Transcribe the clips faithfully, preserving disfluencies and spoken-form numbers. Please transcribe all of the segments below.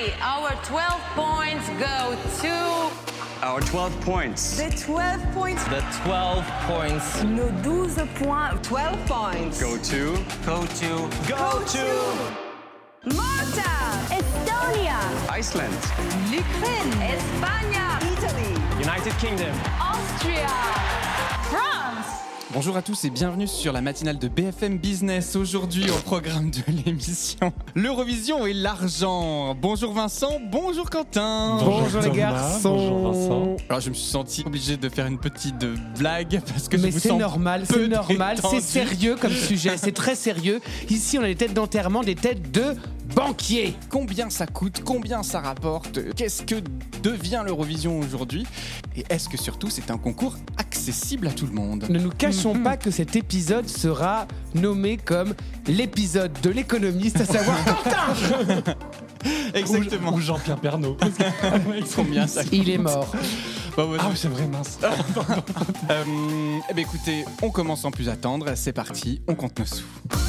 our twelve points go to... Our twelve points. The twelve points. The twelve points. Nos douze points. twelve points. Go to. Go to. Go to. Malta. Estonia. Iceland. L'Ukraine. Espagne. Italy. United Kingdom. Austria. France. Bonjour à tous et bienvenue sur la matinale de B F M Business. Aujourd'hui au programme de l'émission, l'Eurovision et l'argent. Bonjour Vincent, bonjour Quentin. Bonjour, Bonjour les Thomas, garçons. bonjour Vincent. Alors je me suis senti obligé de faire une petite blague parce que Mais je vous c'est sens normal, peu c'est normal, détendu. c'est sérieux comme sujet, c'est très sérieux. Ici, on a des têtes d'enterrement, des têtes de banquiers. Combien ça coûte, combien ça rapporte, qu'est-ce que devient l'Eurovision aujourd'hui et est-ce que surtout c'est un concours accessible à tout le monde? Ne nous cachons pas que cet épisode sera nommé comme l'épisode de l'économiste, à savoir Quentin. Exactement. Ou, ou Jean-Pierre Pernaut. Combien ça coûte? Il est mort. Bah, ouais, Ah oui, c'est vrai, mince. Euh, eh bien écoutez, on commence sans plus attendre, c'est parti, on compte nos sous.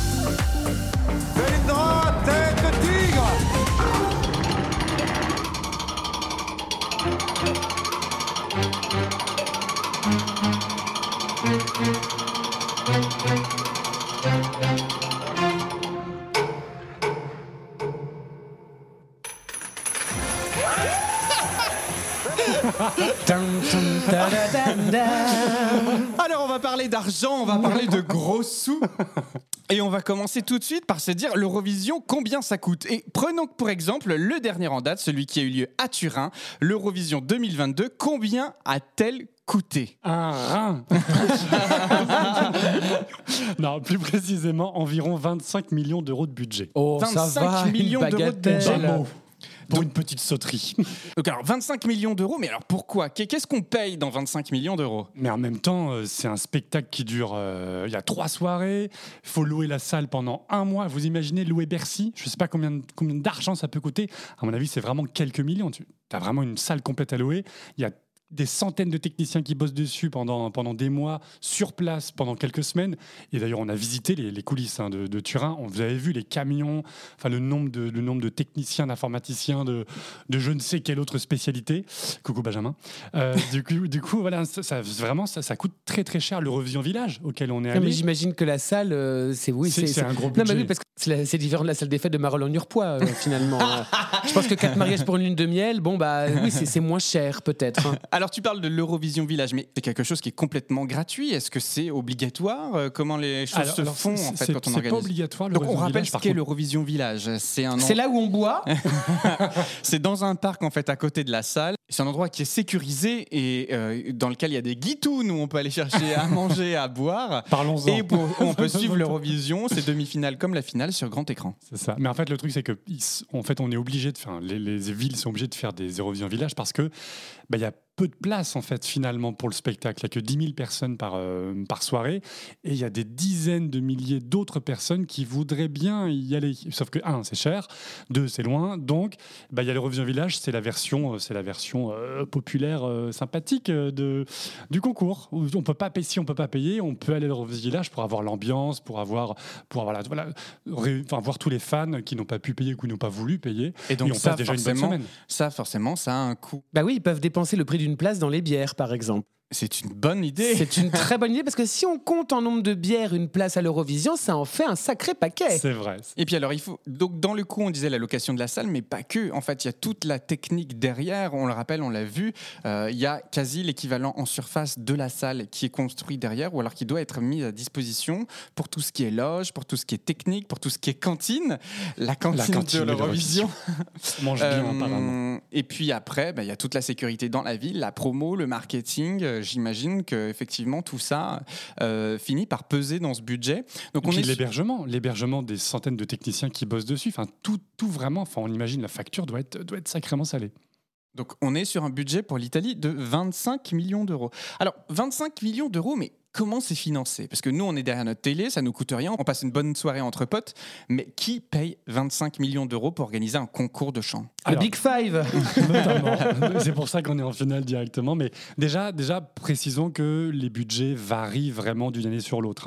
Alors on va parler d'argent, on va parler de gros sous et on va commencer tout de suite par se dire l'Eurovision, combien ça coûte. Et prenons pour exemple le dernier en date, celui qui a eu lieu à Turin, l'Eurovision deux mille vingt-deux, combien a-t-elle coûté? Un rein. Non, plus précisément, environ vingt-cinq millions d'euros de budget. Oh, ça vingt-cinq va, une millions d'euros de bagatelle. budget. Bravo. Pour Donc- une petite sauterie. Donc alors vingt-cinq millions d'euros, mais alors pourquoi? Qu'est-ce qu'on paye dans vingt-cinq millions d'euros? Mais en même temps, euh, c'est un spectacle qui dure. euh, Il y a trois soirées. Il faut louer la salle pendant un mois. Vous imaginez louer Bercy? Je ne sais pas combien, de- combien d'argent ça peut coûter. À mon avis, c'est vraiment quelques millions. Tu as vraiment une salle complète à louer. Il y a des centaines de techniciens qui bossent dessus pendant, pendant des mois, sur place, pendant quelques semaines. Et d'ailleurs, on a visité les, les coulisses hein, de, de Turin. On, vous avez vu les camions, enfin, le, nombre de, le nombre de techniciens, d'informaticiens, de, de je ne sais quelle autre spécialité. Coucou Benjamin. Euh, du, coup, du coup, voilà, ça, ça- vraiment, ça, ça coûte très très cher l'Eurovision Village auquel on est Non, mais allé. j'imagine que la salle, euh, c'est oui, C'est- c'est un gros Non, mais budget. oui, parce que c'est, la- c'est différent de la salle des fêtes de Marolles-en-Urpois euh, finalement. Euh, je pense que quatre mariages pour une lune de miel, bon bah oui, c'est, c'est moins cher peut-être. Hein. Alors tu parles de l'Eurovision Village, mais c'est quelque chose qui est complètement gratuit. Est-ce que c'est obligatoire? Euh, Comment les choses Alors- se alors, font c'est- en fait c'est- quand on c'est organise? pas obligatoire. Donc on l'Eurovision rappelle Village, ce par qu'est contre. l'Eurovision Village. C'est un en- C'est là où on boit. c'est dans un parc en fait à côté de la salle. C'est un endroit qui est sécurisé et euh, dans lequel il y a des guitounes où on peut aller chercher à manger, à boire. Parlons-en. Et pour- on peut suivre l'Eurovision, c'est demi-finale comme la finale sur grand écran. C'est ça. Mais en fait, le truc, c'est que ils s- en fait, on est obligé de faire. Les, les villes sont obligées de faire des Eurovision Village parce que bah, il y a peu de place en fait finalement pour le spectacle. Il n'y a que dix mille personnes par, euh, par soirée et il y a des dizaines de milliers d'autres personnes qui voudraient bien y aller. Sauf que un, c'est cher, deux, c'est loin. Donc, bah, il y a l'Eurovision Village, c'est la version, euh, c'est la version euh, populaire, euh, sympathique euh, de du concours. Où on peut pas payer, si on peut pas payer, on peut aller à l'Eurovision Village pour avoir l'ambiance, pour avoir, pour avoir la- voilà, ré- enfin, voir tous les fans qui n'ont pas pu payer ou qui n'ont pas voulu payer. Et donc Et on ça, passe déjà une bonne forcément, semaine. ça forcément, ça a un coût. Bah oui, ils peuvent dépenser le prix d'une place dans les bières par exemple. C'est une bonne idée. C'est une très bonne idée parce que si on compte en nombre de bières une place à l'Eurovision, ça en fait un sacré paquet. C'est vrai. Et puis alors, il faut donc dans le coup, on disait la location de la salle, mais pas que. En fait, il y a toute la technique derrière. On le rappelle, on l'a vu. Euh, il y a quasi l'équivalent en surface de la salle qui est construit derrière, ou alors qui doit être mis à disposition pour tout ce qui est loge, pour tout ce qui est technique, pour tout ce qui est cantine. La cantine, La cantine de de l'Eurovision. On mange bien, Euh, apparemment. et puis après, bah, il y a toute la sécurité dans la ville, la promo, le marketing. Euh, J'imagine que effectivement tout ça euh, finit par peser dans ce budget. Donc Et on puis est sur- l'hébergement, l'hébergement des centaines de techniciens qui bossent dessus. Enfin, tout, tout vraiment. Enfin, on imagine la facture doit être, doit être sacrément salée. Donc on est sur un budget pour l'Italie de vingt-cinq millions d'euros. Alors vingt-cinq millions d'euros, mais comment c'est financé? Parce que nous, on est derrière notre télé, ça nous coûte rien, on passe une bonne soirée entre potes, mais qui paye vingt-cinq millions d'euros pour organiser un concours de chant? Le Alors- Big Five. Notamment. C'est pour ça qu'on est en finale directement. Mais déjà, déjà, précisons que les budgets varient vraiment d'une année sur l'autre. hein.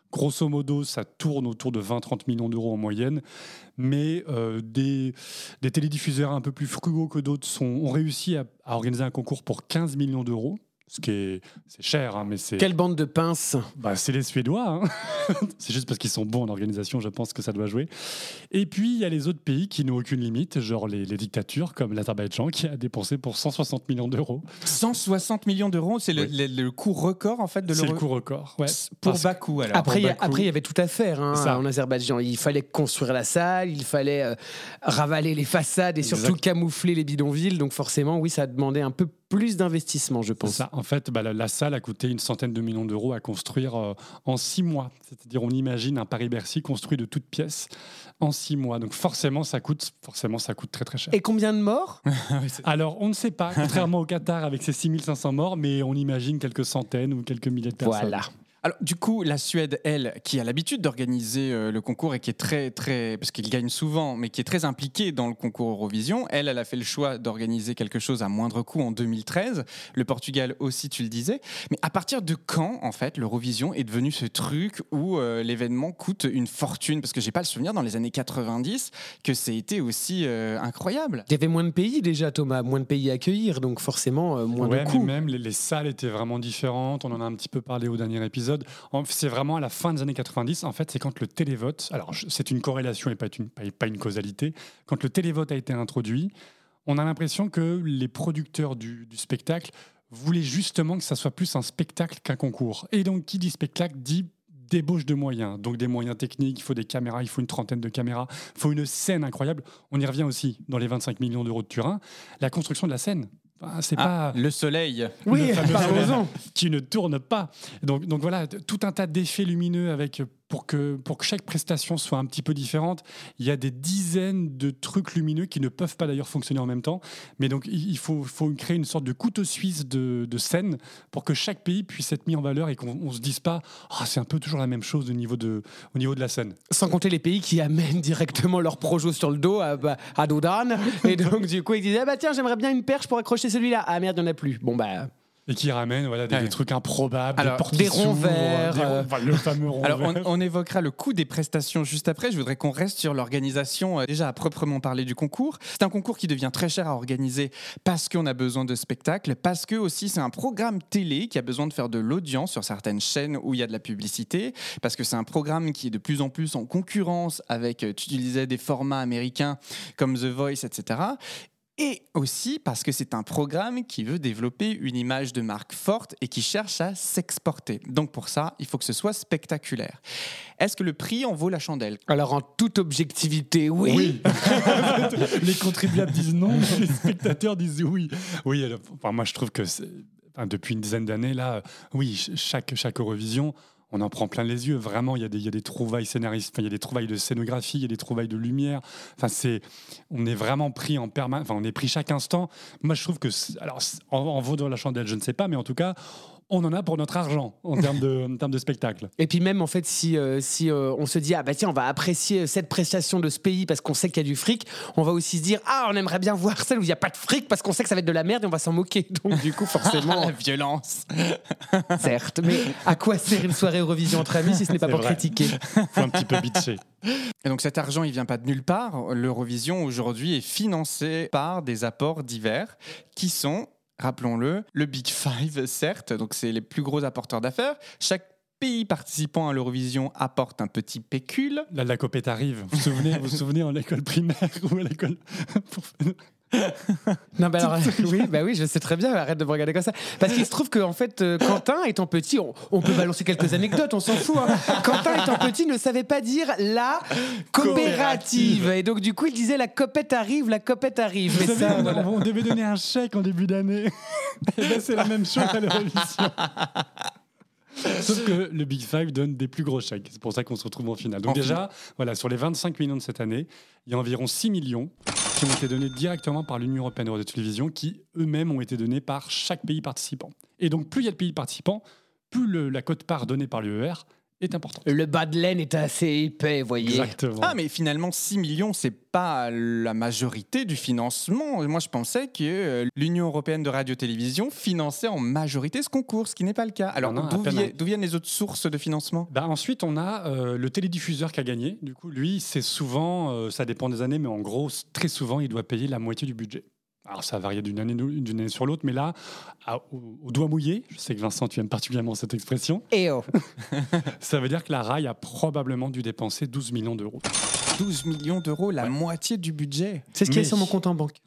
Grosso modo, ça tourne autour de vingt à trente millions d'euros en moyenne, mais euh, des, des télédiffuseurs un peu plus frugaux que d'autres sont, ont réussi à, à organiser un concours pour quinze millions d'euros. Ce qui est, c'est cher, hein, mais c'est... Quelle bande de pinces. Bah, c'est les Suédois. Hein. C'est juste parce qu'ils sont bons en organisation, je pense que ça doit jouer. Et puis, il y a les autres pays qui n'ont aucune limite, genre les, les dictatures, comme l'Azerbaïdjan, qui a dépensé pour cent soixante millions d'euros. cent soixante millions d'euros, c'est le, Oui. le, le coût record, en fait, de C'est l'euro. le coût record. Ouais. Pour Parce- Bakou, alors. Après, il y a- Bakou. après, il y avait tout à faire hein, C'est ça. en Azerbaïdjan. Il fallait construire la salle, il fallait euh, ravaler les façades et surtout Exact. camoufler les bidonvilles. Donc forcément, oui, ça a demandé un peu plus d'investissement, je C'est pense. ça. En fait, bah, la, la salle a coûté une centaine de millions d'euros à construire euh, en six mois. C'est-à-dire, on imagine un Paris-Bercy construit de toutes pièces en six mois. Donc forcément, ça coûte, forcément, ça coûte très très cher. Et combien de morts? Alors, on ne sait pas, contrairement au Qatar avec ses six mille cinq cents morts, mais on imagine quelques centaines ou quelques milliers de personnes. Voilà. Alors, du coup, la Suède, elle, qui a l'habitude d'organiser euh, le concours et qui est très, très, parce qu'il gagne souvent, mais qui est très impliquée dans le concours Eurovision, elle, elle a fait le choix d'organiser quelque chose à moindre coût en deux mille treize. Le Portugal aussi, tu le disais. Mais à partir de quand, en fait, l'Eurovision est devenu ce truc où euh, l'événement coûte une fortune? Parce que j'ai pas le souvenir dans les années quatre-vingt-dix que ça a été aussi euh, incroyable. Il y avait moins de pays déjà, Thomas, moins de pays à accueillir, donc forcément euh, moins Ouais, de mais coûts. même les, les salles étaient vraiment différentes. On en a un petit peu parlé au dernier épisode. En- C'est vraiment à la fin des années quatre-vingt-dix. En fait, c'est quand le télévote. Alors, je- c'est une corrélation et pas une, pas, pas une causalité. Quand le télévote a été introduit, on a l'impression que les producteurs du, du spectacle voulaient justement que ça soit plus un spectacle qu'un concours. Et donc, qui dit spectacle dit débauche de moyens. Donc, des moyens techniques, il faut des caméras, il faut une trentaine de caméras, il faut une scène incroyable. On y revient aussi dans les vingt-cinq millions d'euros de Turin. La construction de la scène. Enfin, c'est Ah, pas le soleil. Oui, le fameux parlons-en. soleil qui ne tourne pas. Donc, donc voilà, t- tout un tas d'effets lumineux avec pour que pour que chaque prestation soit un petit peu différente. Il y a des dizaines de trucs lumineux qui ne peuvent pas d'ailleurs fonctionner en même temps. Mais donc il il faut, faut créer une sorte de couteau suisse de, de scène pour que chaque pays puisse être mis en valeur et qu'on on se dise pas ah c'est un peu toujours la même chose au niveau de au niveau de la scène. Sans compter les pays qui amènent directement leur projo sur le dos à, bah, à Dodan. Et donc, du coup, ils disaient ah bah tiens, j'aimerais bien une perche pour accrocher celui-là. Ah merde, il n'y en a plus. Bon, bah. Et qui ramène voilà, des, Ouais. des trucs improbables, Alors, des portes des qui ronds s'ouvrent, verts, des ronds- euh. enfin, le fameux rond Alors, on, vert. on évoquera le coût des prestations juste après. Je voudrais qu'on reste sur l'organisation, euh, déjà à proprement parler du concours. C'est un concours qui devient très cher à organiser parce qu'on a besoin de spectacles, parce que aussi c'est un programme télé qui a besoin de faire de l'audience sur certaines chaînes où il y a de la publicité, parce que c'est un programme qui est de plus en plus en concurrence avec, euh, tu disais, des formats américains comme The Voice, et cetera. Et aussi parce que c'est un programme qui veut développer une image de marque forte et qui cherche à s'exporter. Donc pour ça, il faut que ce soit spectaculaire. Est-ce que le prix en vaut la chandelle? Alors, en toute objectivité, oui. Oui. Les contribuables disent non, les spectateurs disent oui. Oui, alors, enfin, moi je trouve que c'est- enfin, depuis une dizaine d'années, là, euh, oui, ch- chaque, chaque Eurovision, on en prend plein les yeux. Vraiment, il y a des, il y a des trouvailles scénaristes, enfin, il y a des trouvailles de scénographie, il y a des trouvailles de lumière. Enfin, c'est, on est vraiment pris en permanence, enfin, on est pris chaque instant. Moi, je trouve que, c'est- alors, c'est- en, en vaut de la chandelle, je ne sais pas, mais en tout cas, on en a pour notre argent en termes de, en termes de spectacle. Et puis même en fait si, euh, si euh, on se dit ah bah tiens on va apprécier cette prestation de ce pays parce qu'on sait qu'il y a du fric, on va aussi se dire ah on aimerait bien voir celle où il n'y a pas de fric parce qu'on sait que ça va être de la merde et on va s'en moquer. Donc du coup forcément La violence. certes, mais à quoi sert une soirée Eurovision entre amis si ce n'est pas C'est pour vrai. critiquer? Faut un petit peu bitcher. Et donc cet argent, il vient pas de nulle part. L'Eurovision aujourd'hui est financé par des apports divers qui sont, rappelons-le, le Big Five, certes, donc c'est les plus gros apporteurs d'affaires. Chaque pays participant à l'Eurovision apporte un petit pécule. Là, la copette arrive. Vous vous souvenez, vous vous souvenez en école primaire ou à l'école pour- Non, bah alors, oui, bah oui, je sais très bien, arrête de me regarder comme ça. Parce qu'il se trouve qu'en fait, euh, Quentin, étant petit, on, on peut balancer quelques anecdotes, on s'en fout. Hein. Quentin, étant petit, ne savait pas dire la coopérative. Et donc, du coup, il disait la copette arrive, la copette arrive. Vous Mais savez, ça, on, voilà. on devait donner un chèque en début d'année. Et ben, c'est la même chose à l'Eurovision. Sauf que le Big Five donne des plus gros chèques. C'est pour ça qu'on se retrouve en finale. Donc En déjà, voilà, sur les vingt-cinq millions de cette année, il y a environ six millions qui ont été donnés directement par l'Union européenne de télévision, qui eux-mêmes ont été donnés par chaque pays participant. Et donc, plus il y a de pays participants, plus le- la quote-part donnée par l'U E R est importante. Le bas de laine est assez épais, vous voyez. Exactement. Ah, mais finalement, six millions, c'est pas la majorité du financement. Moi, je pensais que euh, l'Union européenne de radio-télévision finançait en majorité ce concours, ce qui n'est pas le cas. Alors, Non, non, à d'où peine, vi- hein. d'où viennent les autres sources de financement ? Bah, ensuite, on a euh, le télédiffuseur qui a gagné. Du coup, lui, c'est souvent, euh, ça dépend des années, mais en gros, c- très souvent, il doit payer la moitié du budget. Alors, ça va varier d'une année, d'une année sur l'autre, mais là, à- au, au doigt mouillé, je sais que Vincent, tu aimes particulièrement cette expression, Et oh. ça veut dire que la R A I a probablement dû dépenser douze millions d'euros. douze millions d'euros, la moitié du budget. C'est ce qu'il y a Mais- sur mon compte en banque.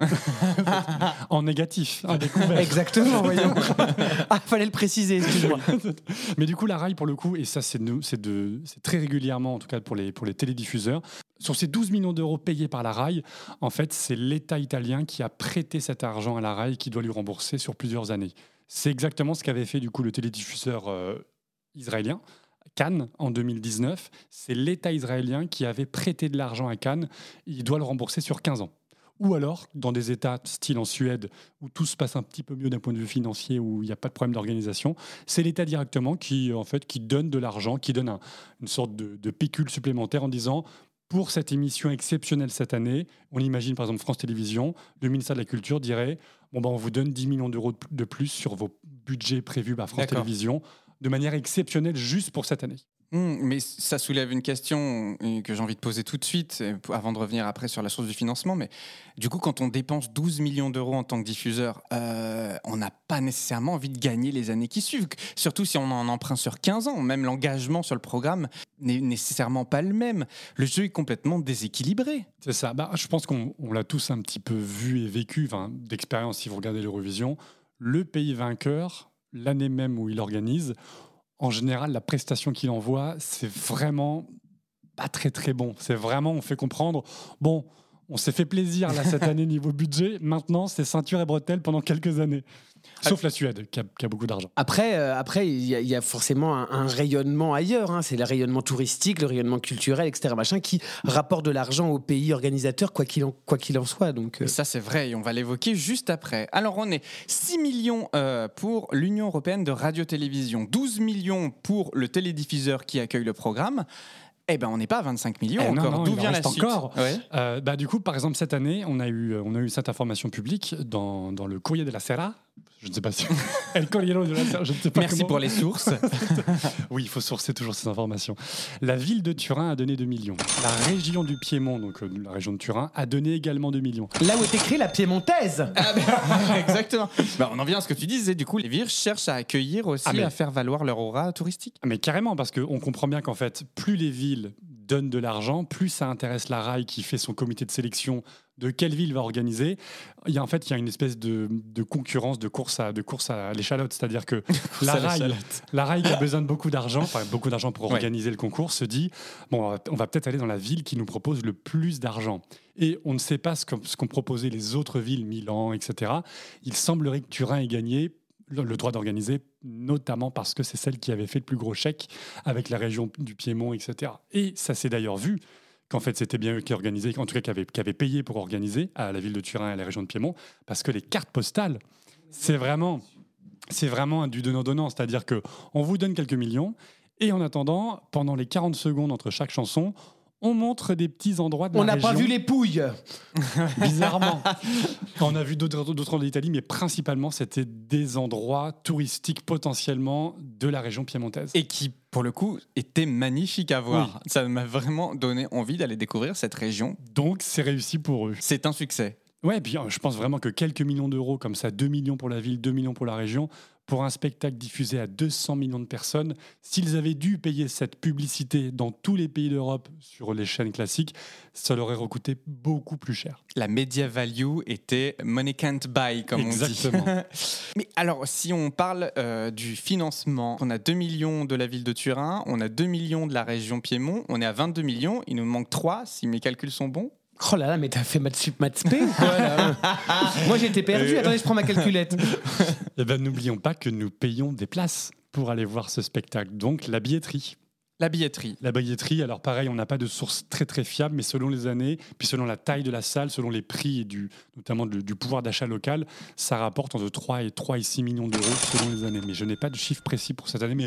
En négatif, à découvert. Exactement, voyons. Ah, fallait le préciser, excuse-moi. Mais du coup, la R A I, pour le coup, et ça, c'est, nous, c'est, de, c'est très régulièrement, en tout cas pour les, pour les télédiffuseurs, sur ces douze millions d'euros payés par la R A I, en fait, c'est l'État italien qui a prêté cet argent à la R A I qui doit lui rembourser sur plusieurs années. C'est exactement ce qu'avait fait du coup le télédiffuseur euh, israélien. Cannes en deux mille dix-neuf, c'est l'État israélien qui avait prêté de l'argent à Cannes. Il doit le rembourser sur quinze ans. Ou alors, dans des États style en Suède, où tout se passe un petit peu mieux d'un point de vue financier, où il n'y a pas de problème d'organisation, c'est l'État directement qui, en fait, qui donne de l'argent, qui donne un- une sorte de, de pécule supplémentaire en disant pour cette émission exceptionnelle cette année, on imagine par exemple France Télévisions, le ministère de la Culture dirait bon, ben, on vous donne dix millions d'euros de p- de plus sur vos budgets prévus par France D'accord. Télévisions de manière exceptionnelle juste pour cette année. Hmm, mais ça soulève une question euh, que j'ai envie de poser tout de suite, euh, pour- avant de revenir après sur la source du financement. Mais du coup, quand on dépense douze millions d'euros en tant que diffuseur, euh, on n'a pas nécessairement envie de gagner les années qui suivent. Surtout si on a un emprunt sur quinze ans. Même l'engagement sur le programme n'est nécessairement pas le même. Le jeu est complètement déséquilibré. C'est ça. Bah, je pense qu'on on l'a tous un petit peu vu et vécu, enfin, d'expérience si vous regardez l'Eurovision. Le pays vainqueur, l'année même où il organise, en général, la prestation qu'il envoie, c'est vraiment pas très très bon. C'est vraiment, on fait comprendre, bon, on s'est fait plaisir là cette année niveau budget, maintenant c'est ceinture et bretelles pendant quelques années. Sauf la Suède, qui a, qui a beaucoup d'argent. Après, euh, après, il y, a- il y a forcément un, un rayonnement ailleurs. Hein. C'est le rayonnement touristique, le rayonnement culturel, et cetera. Machin, qui rapporte de l'argent au pays organisateur, quoi qu'il en, quoi qu'il en soit. Donc, euh, Et ça, c'est vrai, et on va l'évoquer juste après. Alors, on est six millions euh, pour l'Union européenne de radio-télévision, douze millions pour le télédiffuseur qui accueille le programme. Eh ben, on n'est pas à vingt-cinq millions Eh non, encore. non, D'où il en vient la reste suite encore. Ouais. Euh, bah, du coup, par exemple, cette année, on a eu, on a eu cette information publique dans, dans le Courrier de la Sera. Je ne sais pas si. El Corriere de la Sera, je ne sais pas Merci comment- pour les sources. Oui, il faut sourcer toujours ces informations. La ville de Turin a donné deux millions. La région du Piémont, donc euh, la région de Turin, a donné également deux millions. là où est écrit la piémontaise. Exactement. Bah, on en vient à ce que tu disais. Du coup, les villes cherchent à accueillir aussi, Ah, mais- à faire valoir leur aura touristique. Mais carrément, parce qu'on comprend bien qu'en fait, plus les villes donnent de l'argent, plus ça intéresse la R A I qui fait son comité de sélection de quelle ville va organiser. Il y a en fait il y a une espèce de, de concurrence, de course à, de course à l'échalote, c'est-à-dire que la à R A I, l'échalote. la R A I qui a besoin de beaucoup d'argent, enfin beaucoup d'argent pour Ouais. organiser le concours, se dit bon, on va, on va peut-être aller dans la ville qui nous propose le plus d'argent. Et on ne sait pas ce qu'ont ce qu'ont proposé les autres villes, Milan, et cetera. Il semblerait que Turin ait gagné le, le droit d'organiser, notamment parce que c'est celle qui avait fait le plus gros chèque avec la région du Piémont, et cetera. Et ça s'est d'ailleurs vu qu'en fait c'était bien eux qui organisaient, en tout cas qui avaient, qui avaient payé pour organiser à la ville de Turin et à la région de Piémont, parce que les cartes postales, c'est vraiment, c'est vraiment du donnant-donnant, c'est-à-dire que on vous donne quelques millions et en attendant, pendant les quarante secondes entre chaque chanson, on montre des petits endroits de On la n'a pas région. vu les pouilles. Bizarrement. On a vu d'autres d'autres endroits d'Italie, mais principalement, c'était des endroits touristiques potentiellement de la région piémontaise. Et qui, pour le coup, était magnifique à voir. Ça m'a vraiment donné envie d'aller découvrir cette région. Donc, c'est réussi pour eux. C'est un succès. Ouais, et puis euh, je pense vraiment que quelques millions d'euros, comme ça, deux millions pour la ville, deux millions pour la région, pour un spectacle diffusé à deux cents millions de personnes, s'ils avaient dû payer cette publicité dans tous les pays d'Europe sur les chaînes classiques, ça leur aurait recouté beaucoup plus cher. La media value était money can't buy, comme Exactement. on dit. Mais alors, si on parle euh, du financement, on a deux millions de la ville de Turin, on a deux millions de la région Piémont, on est à vingt-deux millions, il nous manque trois, si mes calculs sont bons. Oh là là, mais t'as fait maths sup, maths spé ou quoi, là Moi j'étais perdu. Attendez, je prends ma calculette. Eh ben, n'oublions pas que nous payons des places pour aller voir ce spectacle, donc la billetterie. La billetterie. La billetterie, alors pareil, on n'a pas de source très très fiable, mais selon les années, puis selon la taille de la salle, selon les prix et du, notamment du, du pouvoir d'achat local, ça rapporte entre trois et six millions d'euros selon les années. Mais je n'ai pas de chiffre précis pour cette année, mais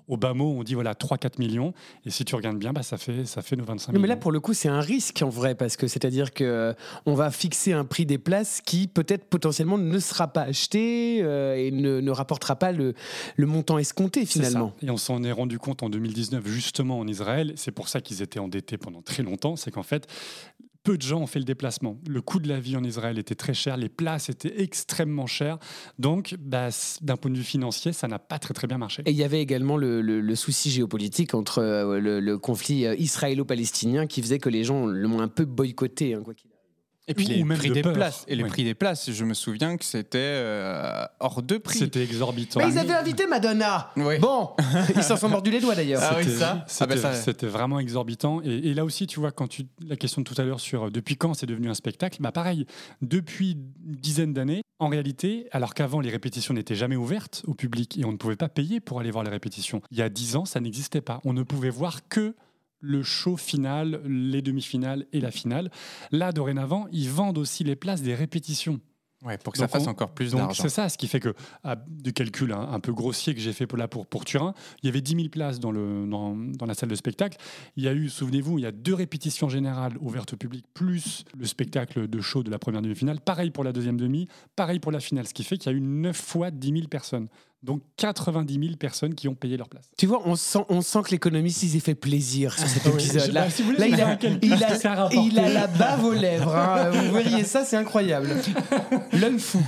Au bas mot, on dit voilà trois à quatre millions. Et si tu regardes bien, bah, ça, fait, ça fait nos vingt-cinq Non, millions. mais là, pour le coup, c'est un risque en vrai, parce que c'est-à-dire qu'on va fixer un prix des places qui peut-être potentiellement ne sera pas acheté euh, et ne, ne rapportera pas le, le montant escompté finalement. Et on s'en est rendu compte en deux mille dix-neuf, justement en Israël. C'est pour ça qu'ils étaient endettés pendant très longtemps. C'est qu'en fait, peu de gens ont fait le déplacement. Le coût de la vie en Israël était très cher, les places étaient extrêmement chères. Donc, bah, d'un point de vue financier, ça n'a pas très très bien marché. Et il y avait également le, le, le souci géopolitique entre euh, le, le conflit euh, israélo-palestinien qui faisait que les gens l'ont un peu boycotté, hein, quoi qu'il arrive. Et puis Ou les même prix de des peur. places. Et les Ouais. prix des places, je me souviens que c'était euh, hors de prix. C'était exorbitant. Mais ils avaient invité Madonna. Oui. Bon, ils s'en sont mordus les doigts d'ailleurs. Ah oui, C'était- ça. C'était, Ah bah ça- c'était vraiment exorbitant. Et, et là aussi, tu vois, quand tu, la question de tout à l'heure sur euh, depuis quand c'est devenu un spectacle, bah pareil, depuis une dizaine d'années, en réalité, alors qu'avant les répétitions n'étaient jamais ouvertes au public et on ne pouvait pas payer pour aller voir les répétitions, il y a dix ans, ça n'existait pas. On ne pouvait voir que le show final, les demi-finales et la finale. Là, dorénavant, ils vendent aussi les places des répétitions. Ouais, pour que Donc ça fasse on- encore plus Donc d'argent. c'est ça, ce qui fait que, à de calcul un, un peu grossier que j'ai fait pour, là pour, pour Turin, il y avait dix mille places dans, le, dans, dans la salle de spectacle. Il y a eu, souvenez-vous, il y a deux répétitions générales ouvertes au public, plus le spectacle de show de la première demi-finale. Pareil pour la deuxième demi, pareil pour la finale, ce qui fait qu'il y a eu neuf fois dix mille personnes. Donc quatre-vingt-dix mille personnes qui ont payé leur place. Tu vois, on sent, on sent que l'économiste il s'est fait plaisir sur cet Oui, épisode. je- Là, bah, si vous voulez, là, je il, vais a, faire un calcul, il, a, ça a rapporté. il a la bave aux lèvres. Hein. Vous verriez ça, c'est incroyable. L'œil fou.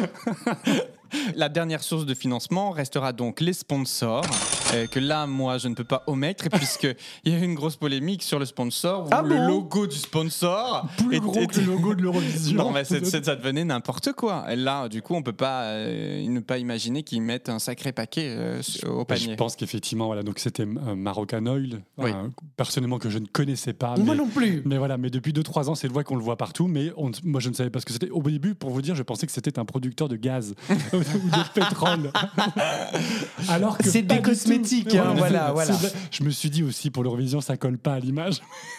La dernière source de financement restera donc les sponsors, euh, que là, moi, je ne peux pas omettre, puisqu'il y a eu une grosse polémique sur le sponsor, où Ah le bon logo du sponsor Plus est- gros était- que le logo de l'Eurovision. Non, mais c'est- c'est- ça devenait n'importe quoi. Et là, du coup, on peut pas euh, ne pas imaginer qu'ils mettent un sacré paquet euh, au Bah, panier. je pense qu'effectivement, voilà, donc c'était euh, Moroccan Oil, Oui. euh, personnellement que je ne connaissais pas. Moi mais- non plus. Mais voilà, mais depuis deux trois ans, c'est le voix qu'on le voit partout. Mais on- moi, je ne savais pas ce que c'était. Au début, pour vous dire, je pensais que c'était un producteur de gaz ou de pétrole. Alors que C'est pas des du cosmétiques, tout. hein, Ouais, voilà, c'est- voilà. c'est- Je me suis dit aussi pour l'Eurovision, ça colle pas à l'image.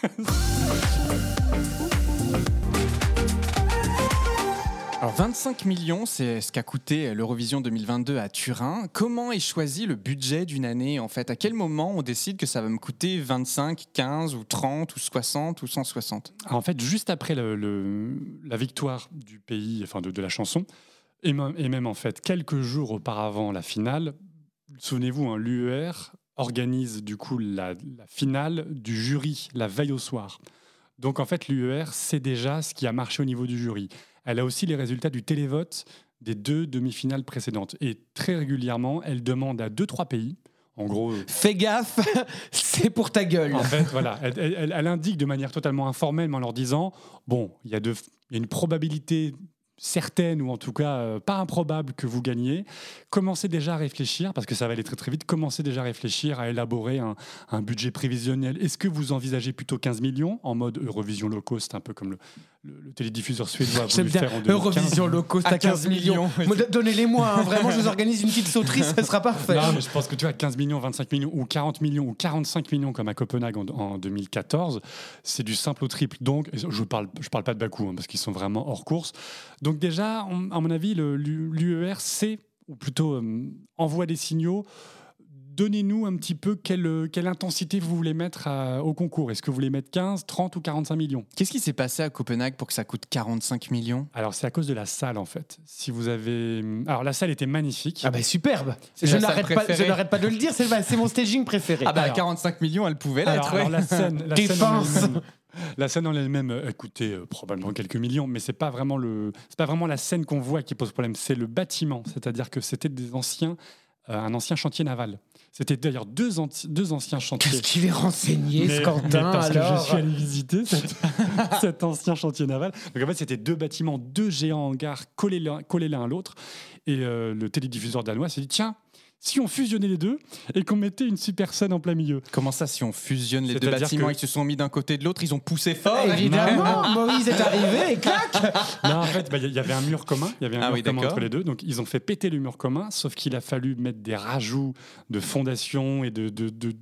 Alors vingt-cinq millions, c'est ce qu'a coûté l'Eurovision deux mille vingt-deux à Turin. Comment est choisi le budget d'une année en fait? À quel moment on décide que ça va me coûter vingt-cinq, quinze ou trente ou soixante ou cent soixante? En fait, juste après le- le- la victoire du pays, enfin de, de la chanson, et même, et même en fait quelques jours auparavant la finale, souvenez-vous, hein, l'U E R organise du coup la, la finale du jury la veille au soir. Donc en fait, l'U E R sait déjà ce qui a marché au niveau du jury. Elle a aussi les résultats du télévote des deux demi-finales précédentes. Et très régulièrement, elle demande à deux, trois pays, en gros... euh, Fais gaffe, c'est pour ta gueule. En fait, voilà, elle, elle- elle indique de manière totalement informelle, mais en leur disant, bon, il y, a de- il y a une probabilité certaine, ou en tout cas euh, pas improbable que vous gagniez. Commencez déjà à réfléchir, parce que ça va aller très très vite, commencez déjà à réfléchir, à élaborer un, un budget prévisionnel. Est-ce que vous envisagez plutôt quinze millions, en mode Eurovision low cost, un peu comme le, le- le télédiffuseur suédois a J'aime voulu bien faire en deux mille quinze? Eurovision low cost à quinze millions. Moi, Donnez-les-moi, hein, vraiment, je vous organise une petite sauterie, ça sera parfait. Non, mais je pense que tu vois, quinze millions, vingt-cinq millions, ou quarante millions, ou quarante-cinq millions, comme à Copenhague en, en deux mille quatorze, c'est du simple au triple. Donc, je parle, je parle pas de Bakou, hein, parce qu'ils sont vraiment hors course. Donc déjà, on- à mon avis, le- l'U E R sait, ou plutôt euh, envoie des signaux. Donnez-nous un petit peu quelle, quelle intensité vous voulez mettre à- au concours. Est-ce que vous voulez mettre quinze, trente ou quarante-cinq millions? Qu'est-ce qui s'est passé à Copenhague pour que ça coûte quarante-cinq millions? Alors, c'est à cause de la salle, en fait. Si vous avez... Alors, la salle était magnifique. Ah bah superbe. C'est Je la salle n'arrête pas, je préférée. n'arrête pas de le dire, c'est c'est mon staging préféré. Ah bah Alors- quarante-cinq millions, elle pouvait Alors, l'être. alors, ouais. la scène, la scène en Défense. elle-même, la scène en elle-même euh, a coûté euh, probablement quelques millions, mais c'est pas vraiment le, c'est pas vraiment la scène qu'on voit qui pose problème. C'est le bâtiment, c'est-à-dire que c'était des anciens, euh, un ancien chantier naval. C'était d'ailleurs deux, anti- deux anciens chantiers. Qu'est-ce qu'il est renseigné, Mais- ce mais Quentin, parce que je alors suis allé visiter cet, cet ancien chantier naval. Donc en fait, c'était deux bâtiments, deux géants hangars collés l'un, collés l'un à l'autre. Et euh, le télédiffuseur danois s'est dit tiens, si on fusionnait les deux et qu'on mettait une super scène en plein milieu. Comment ça, si on fusionne les deux C'est-à-dire bâtiments, que- ils se sont mis d'un côté de l'autre, ils ont poussé fort? Évidemment, Moïse est arrivé et clac. Non, en fait, bah, il y avait un mur commun. Il y avait un Ah mur oui, commun d'accord. entre les deux. Donc, ils ont fait péter le mur commun, sauf qu'il a fallu mettre des rajouts de fondations et de, de, de,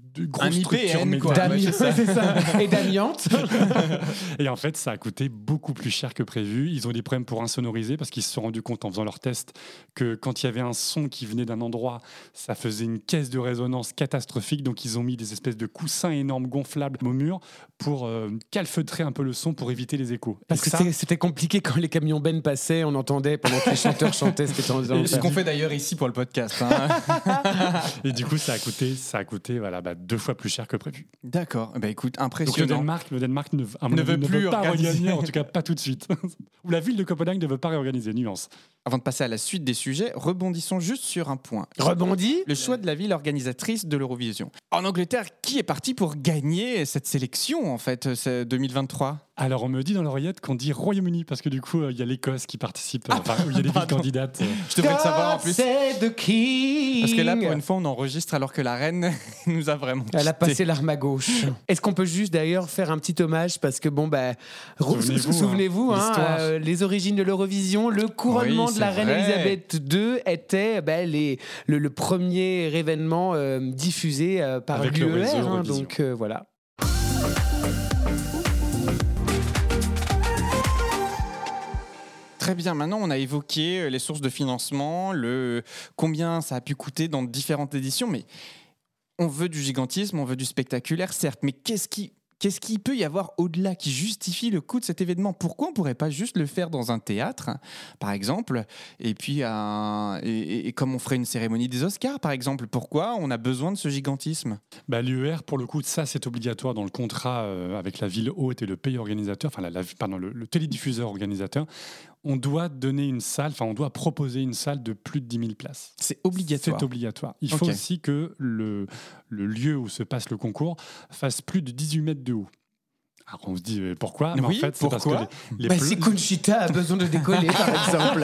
de Un grosses I P N, structures quoi. médias. D'ami- ouais, c'est ça. c'est ça. Et d'amiante. Et en fait, ça a coûté beaucoup plus cher que prévu. Ils ont des problèmes pour insonoriser parce qu'ils se sont rendus compte en faisant leurs tests que quand il y avait un son qui venait d'un endroit, ça faisait une caisse de résonance catastrophique. Donc, ils ont mis des espèces de coussins énormes gonflables au mur pour euh, calfeutrer un peu le son pour éviter les échos. Parce Et que ça, c'était- c'était compliqué quand les camions Ben passaient, on entendait pendant que les chanteurs chantaient, c'était en Ce qu'on fait d'ailleurs ici pour le podcast. hein. et du coup, ça a coûté, ça a coûté voilà, bah, deux fois plus cher que prévu. D'accord. Bah écoute, Donc le impressionnant. Danemark, le Danemark ne, à mon Ne avis, veut plus pas organiser. réorganiser, en tout cas pas tout de suite. Ou la ville de Copenhague ne veut pas réorganiser, nuance. Avant de passer à la suite des sujets, rebondissons juste sur un point. Rebondis. Le choix de la ville organisatrice de l'Eurovision. En Angleterre, qui est parti pour gagner cette sélection en fait, c'est deux mille vingt-trois? Alors on me dit dans l'oreillette qu'on dit Royaume-Uni parce que du coup euh, il y a l'Écosse qui participe, euh, enfin il y a des villes pardon. candidates. euh. Je devrais le savoir en God plus. save the king. Parce que là, pour une fois, on enregistre alors que la reine nous a vraiment. Elle a quittés. passé l'arme à gauche. Est-ce qu'on peut juste d'ailleurs faire un petit hommage parce que bon bah re- Souvenez-vous, souvenez-vous, hein, hein, l'histoire. euh, les origines de l'Eurovision, le couronnement Oui, de la c'est reine vrai. Elisabeth deux était bah, les, le, le premier événement euh, diffusé euh, par Avec le l'U E réseau R. hein, Eurovision. donc euh, voilà. Très bien, maintenant on a évoqué les sources de financement, le combien ça a pu coûter dans différentes éditions, mais on veut du gigantisme, on veut du spectaculaire, certes, mais qu'est-ce qui, qu'est-ce qu'il peut y avoir au-delà qui justifie le coût de cet événement? Pourquoi on ne pourrait pas juste le faire dans un théâtre, par exemple, et puis un- et, et- et comme on ferait une cérémonie des Oscars, par exemple? Pourquoi on a besoin de ce gigantisme? Bah, L'U E R pour le coup ça c'est obligatoire dans le contrat euh, avec la ville hôte et le pays organisateur, enfin la, la- pardon, le, le télédiffuseur organisateur. On doit donner une salle, enfin on doit proposer une salle de plus de dix mille places. C'est obligatoire. C'est obligatoire. Il faut Ok. aussi que le, le lieu où se passe le concours fasse plus de dix-huit mètres de haut. Alors on se dit euh, pourquoi? Mais Oui, en fait, c'est parce que pourquoi les, les Bah, pla- si Conchita a besoin de décoller, par exemple.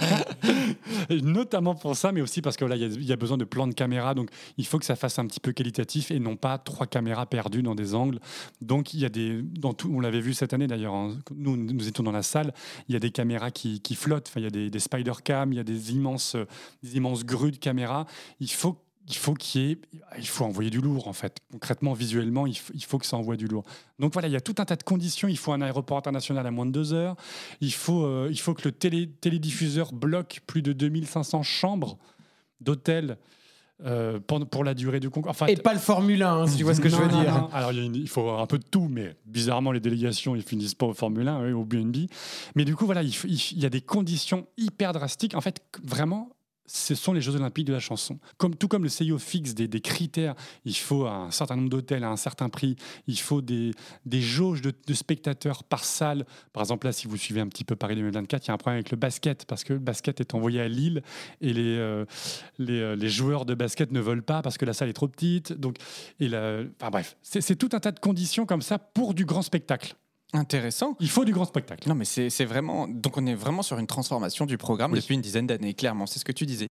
Et notamment pour ça, mais aussi parce que là, il y, a- il y a besoin de plans de caméra, donc il faut que ça fasse un petit peu qualitatif et non pas trois caméras perdues dans des angles. Donc il y a des, dans tout, on l'avait vu cette année d'ailleurs. hein, nous, nous étions dans la salle. Il y a des caméras qui, qui flottent. Enfin, il y a des, des spider cam, il y a des immenses, euh, des immenses grues de caméras. Il faut il faut qu'il y ait, il faut envoyer du lourd en fait. Concrètement, visuellement, il faut, il faut que ça envoie du lourd. Donc voilà, il y a tout un tas de conditions. Il faut un aéroport international à moins de deux heures. Il faut, euh, il faut que le télé, télédiffuseur bloque plus de deux mille cinq cents chambres d'hôtel euh, pour, pour la durée du concours. Enfin, Et pas le Formule un, hein, si tu vois ce que je veux non, non, dire. non. Alors, il, y a une- il faut un peu de tout, mais bizarrement, les délégations, ils finissent pas au Formule un, oui, au B N B. Mais du coup, voilà, il, faut- il- il y a des conditions hyper drastiques. En fait, vraiment, ce sont les Jeux Olympiques de la chanson. Comme, tout comme le C I O fixe des, des critères, il faut un certain nombre d'hôtels à un certain prix, il faut des, des jauges de, de spectateurs par salle. Par exemple, là, si vous suivez un petit peu Paris deux mille vingt-quatre, il y a un problème avec le basket, parce que le basket est envoyé à Lille et les, euh, les, euh, les joueurs de basket ne veulent pas parce que la salle est trop petite. Donc, et la, enfin, bref, c'est c'est tout un tas de conditions comme ça pour du grand spectacle. Intéressant. Il faut du grand spectacle. Non, mais c'est c'est vraiment. Donc, on est vraiment sur une transformation du programme Oui. depuis une dizaine d'années, clairement. C'est ce que tu disais.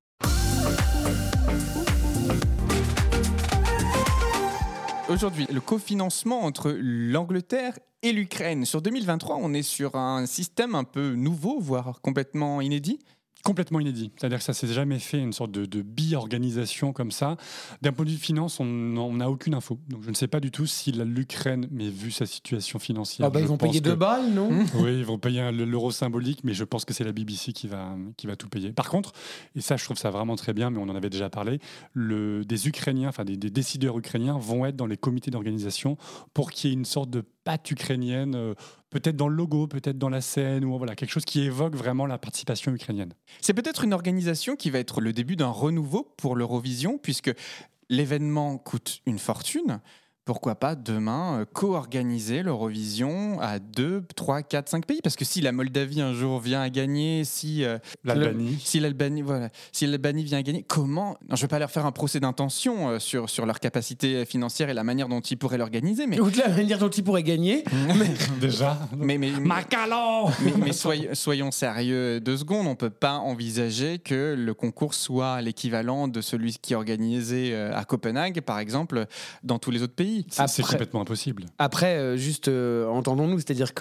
Aujourd'hui, le cofinancement entre l'Angleterre et l'Ukraine. Sur deux mille vingt-trois, on est sur un système un peu nouveau, voire complètement inédit. Complètement inédit. C'est-à-dire que ça s'est jamais fait, une sorte de, de bi-organisation comme ça. D'un point de vue finance, on n'en- on n'a aucune info. Donc je ne sais pas du tout si la- l'Ukraine, mais vu sa situation financière... Ah bah, je ils vont pense payer que- deux balles, non? Oui, ils vont payer un- l'euro symbolique, mais je pense que c'est la B B C qui va, qui va tout payer. Par contre, et ça je trouve ça vraiment très bien, mais on en avait déjà parlé, le, des Ukrainiens, enfin des, des décideurs ukrainiens vont être dans les comités d'organisation pour qu'il y ait une sorte de patte ukrainienne, euh, peut-être dans le logo, peut-être dans la scène, ou voilà, quelque chose qui évoque vraiment la participation ukrainienne. C'est peut-être une organisation qui va être le début d'un renouveau pour l'Eurovision, puisque l'événement coûte une fortune. Pourquoi pas demain euh, co-organiser l'Eurovision à deux, trois, quatre, cinq pays? Parce que si la Moldavie un jour vient à gagner, si euh, L'Albanie. le- si l'Albanie, voilà, si l'Albanie vient à gagner, comment? Non, je vais pas leur faire un procès d'intention euh, sur sur leur capacité financière et la manière dont ils pourraient l'organiser, mais Ou de la manière dont ils pourraient gagner. Déjà. mais mais, Macalon mais, mais soy- soyons sérieux deux secondes, on ne peut pas envisager que le concours soit l'équivalent de celui qui est organisé euh, à Copenhague, par exemple, dans tous les autres pays. C'est c'est Après- complètement impossible. Après, euh, juste euh, entendons-nous, c'est-à-dire que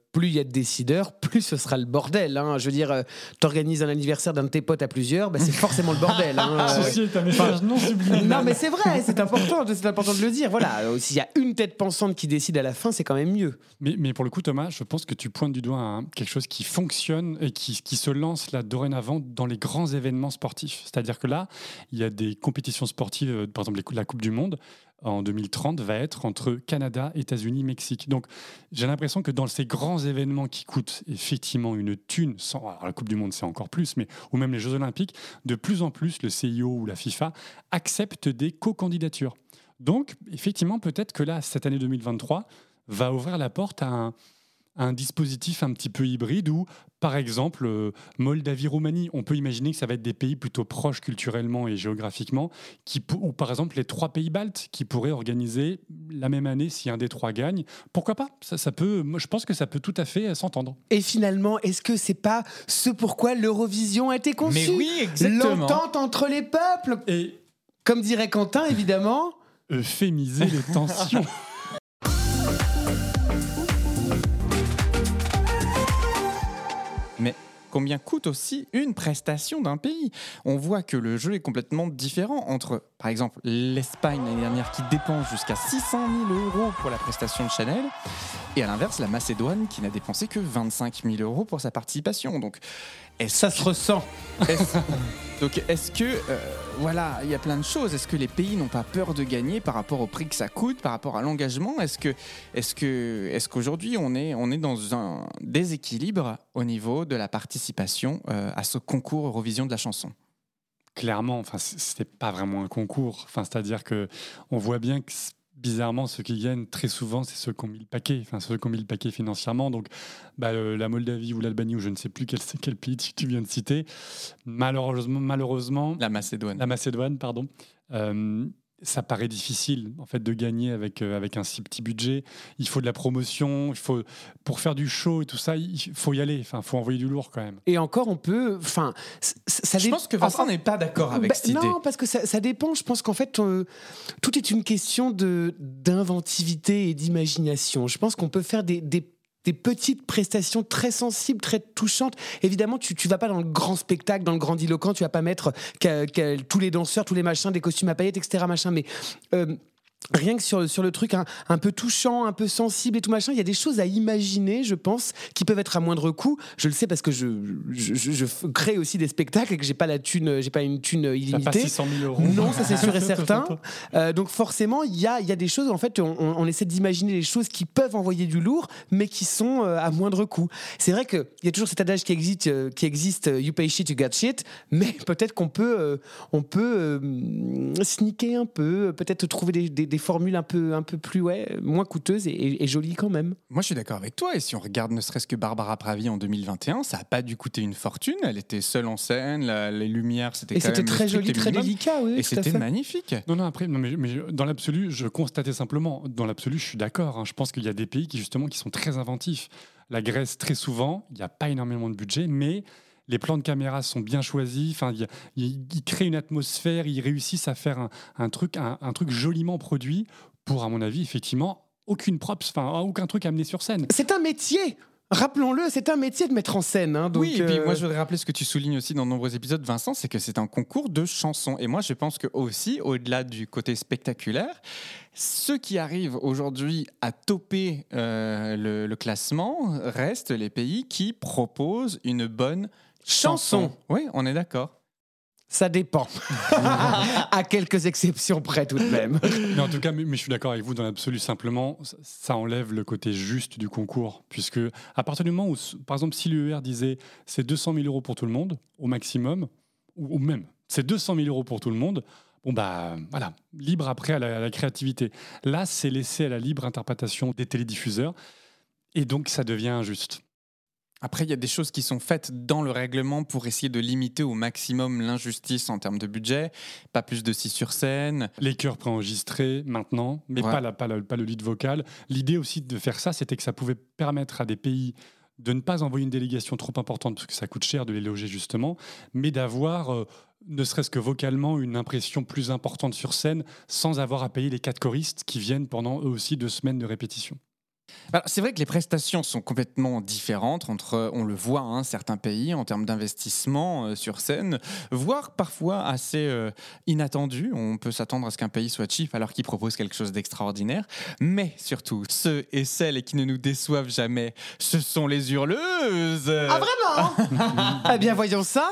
plus il y a de décideurs, plus ce sera le bordel. Hein. Je veux dire, euh, t'organises un anniversaire d'un de tes potes à plusieurs, bah, c'est forcément le bordel. Hein. Ceci est un message non subliminal. Non, mais c'est vrai, c'est important, c'est important de le dire. Voilà, euh, s'il y a une tête pensante qui décide à la fin, c'est quand même mieux. Mais, mais pour le coup, Thomas, je pense que tu pointes du doigt hein, quelque chose qui fonctionne et qui, qui se lance là dorénavant dans les grands événements sportifs. C'est-à-dire que là, il y a des compétitions sportives, euh, par exemple les, la Coupe du Monde, en deux mille trente, va être entre Canada, États-Unis, Mexique. Donc, j'ai l'impression que dans ces grands événements qui coûtent effectivement une thune, sans, alors la Coupe du Monde, c'est encore plus, mais, ou même les Jeux Olympiques, de plus en plus, le C I O ou la FIFA acceptent des co-candidatures. Donc, effectivement, peut-être que là, cette année deux mille vingt-trois va ouvrir la porte à un, à un dispositif un petit peu hybride où, par exemple, euh, Moldavie-Roumanie, on peut imaginer que ça va être des pays plutôt proches culturellement et géographiquement, qui, ou par exemple les trois pays baltes qui pourraient organiser la même année si un des trois gagne. Pourquoi pas ? ça, ça peut, moi, je pense que ça peut tout à fait s'entendre. Et finalement, est-ce que c'est pas ce pourquoi l'Eurovision a été conçue ? Mais oui, exactement. L'entente entre les peuples. Et Comme dirait Quentin, évidemment. euphémiser les tensions. Mais combien coûte aussi une prestation d'un pays ? On voit que le jeu est complètement différent entre, par exemple, l'Espagne l'année dernière qui dépense jusqu'à six cent mille euros pour la prestation de Chanel, et à l'inverse, la Macédoine qui n'a dépensé que vingt-cinq mille euros pour sa participation. Donc, est-ce Ça se ressent. Est-ce, donc, est-ce que, euh, voilà, il y a plein de choses. Est-ce que les pays n'ont pas peur de gagner par rapport au prix que ça coûte, par rapport à l'engagement ? Est-ce que, est-ce que, est-ce qu'aujourd'hui on est, on est dans un déséquilibre au niveau de la participation euh, à ce concours Eurovision de la chanson ? Clairement, enfin, c'était pas vraiment un concours. Enfin, c'est-à-dire que on voit bien que bizarrement, ceux qui gagnent très souvent, c'est ceux qui ont mis le paquet, enfin ceux qui ont mis le paquet financièrement. Donc, bah, euh, la Moldavie ou l'Albanie ou je ne sais plus quel, quel pays tu, tu viens de citer. Malheureusement, malheureusement, La Macédoine. la Macédoine, pardon. Euh, ça paraît difficile en fait de gagner avec euh, avec un si petit budget. Il faut de la promotion, il faut pour faire du show et tout ça, il faut y aller. Enfin, faut envoyer du lourd quand même. Et encore, on peut. Enfin, ça Je dé- pense que Vincent enfin, n'est pas d'accord avec bah, cette idée. non, parce que ça, ça dépend. Je pense qu'en fait, euh, tout est une question de d'inventivité et d'imagination. Je pense qu'on peut faire des, des des petites prestations très sensibles, très touchantes. Évidemment, tu tu vas pas dans le grand spectacle, dans le grandiloquent, tu vas pas mettre qu'à- qu'à tous les danseurs, tous les machins, des costumes à paillettes, et cetera. Machin, mais euh, rien que sur, sur le truc un, un peu touchant, un peu sensible et tout machin, il y a des choses à imaginer, je pense, qui peuvent être à moindre coût. Je le sais parce que je, je, je, je f- crée aussi des spectacles et que j'ai pas la thune, j'ai pas une thune T'as pas illimitée. six cent mille euros. Non, ça c'est sûr et certain. Euh, donc forcément, il y a, il y a des choses, en fait, on, on- on essaie d'imaginer les choses qui peuvent envoyer du lourd, mais qui sont euh, à moindre coût. C'est vrai qu'il y a toujours cet adage qui existe, euh, qui existe euh, you pay shit, you get shit, mais peut-être qu'on peut, euh, on peut euh, sneaker un peu, peut-être trouver des, des, des formules un peu, un peu plus, ouais, moins coûteuses et, et, et jolies quand même. Moi, je suis d'accord avec toi. Et si on regarde ne serait-ce que Barbara Pravi en deux mille vingt et un, ça n'a pas dû coûter une fortune. Elle était seule en scène, la- les lumières, c'était Et quand c'était même le très strict joli, très minimum. délicat, oui. Et tout à c'était fait. magnifique. Non, non, après, non, mais, mais je- dans l'absolu, je constatais simplement, dans l'absolu, je suis d'accord. hein. Je pense qu'il y a des pays qui, justement, qui sont très inventifs. La Grèce, très souvent, il n'y a pas énormément de budget, mais les plans de caméra sont bien choisis. Enfin, il y a- ils ils créent une atmosphère, ils réussissent à faire un, un truc, un, un truc joliment produit pour, à mon avis, effectivement, aucune props, enfin, aucun truc amené sur scène. C'est un métier. Rappelons-le, c'est un métier de mettre en scène. hein, donc, oui, et puis euh, moi je voudrais rappeler ce que tu soulignes aussi dans de nombreux épisodes, Vincent, c'est que c'est un concours de chansons. Et moi je pense que aussi, au-delà du côté spectaculaire, ceux qui arrivent aujourd'hui à topper euh, le, le classement restent les pays qui proposent une bonne chanson. Chanson. Oui, on est d'accord. Ça dépend. À quelques exceptions près tout de même. Mais en tout cas, mais, mais je suis d'accord avec vous dans l'absolu. Simplement, ça, ça enlève le côté juste du concours, puisque à partir du moment où, par exemple, si l'U E R disait c'est deux cent mille euros pour tout le monde au maximum, ou, ou même c'est deux cent mille euros pour tout le monde. Bon bah voilà, libre après à la, à la créativité. Là, c'est laissé à la libre interprétation des télédiffuseurs, et donc ça devient injuste. Après, il y a des choses qui sont faites dans le règlement pour essayer de limiter au maximum l'injustice en termes de budget. Pas plus de six sur scène. Les chœurs préenregistrés maintenant, mais Ouais. pas, la, pas, la- pas le lead vocal. L'idée aussi de faire ça, c'était que ça pouvait permettre à des pays de ne pas envoyer une délégation trop importante, parce que ça coûte cher de les loger justement, mais d'avoir, euh, ne serait-ce que vocalement, une impression plus importante sur scène, sans avoir à payer les quatre choristes qui viennent pendant eux aussi deux semaines de répétition. Alors, c'est vrai que les prestations sont complètement différentes entre, on le voit, hein, certains pays en termes d'investissement euh, sur scène, voire parfois assez euh, inattendu. On peut s'attendre à ce qu'un pays soit cheap alors qu'il propose quelque chose d'extraordinaire. Mais surtout, ceux et celles qui ne nous déçoivent jamais, ce sont les hurleuses. Ah vraiment? Eh bien voyons ça.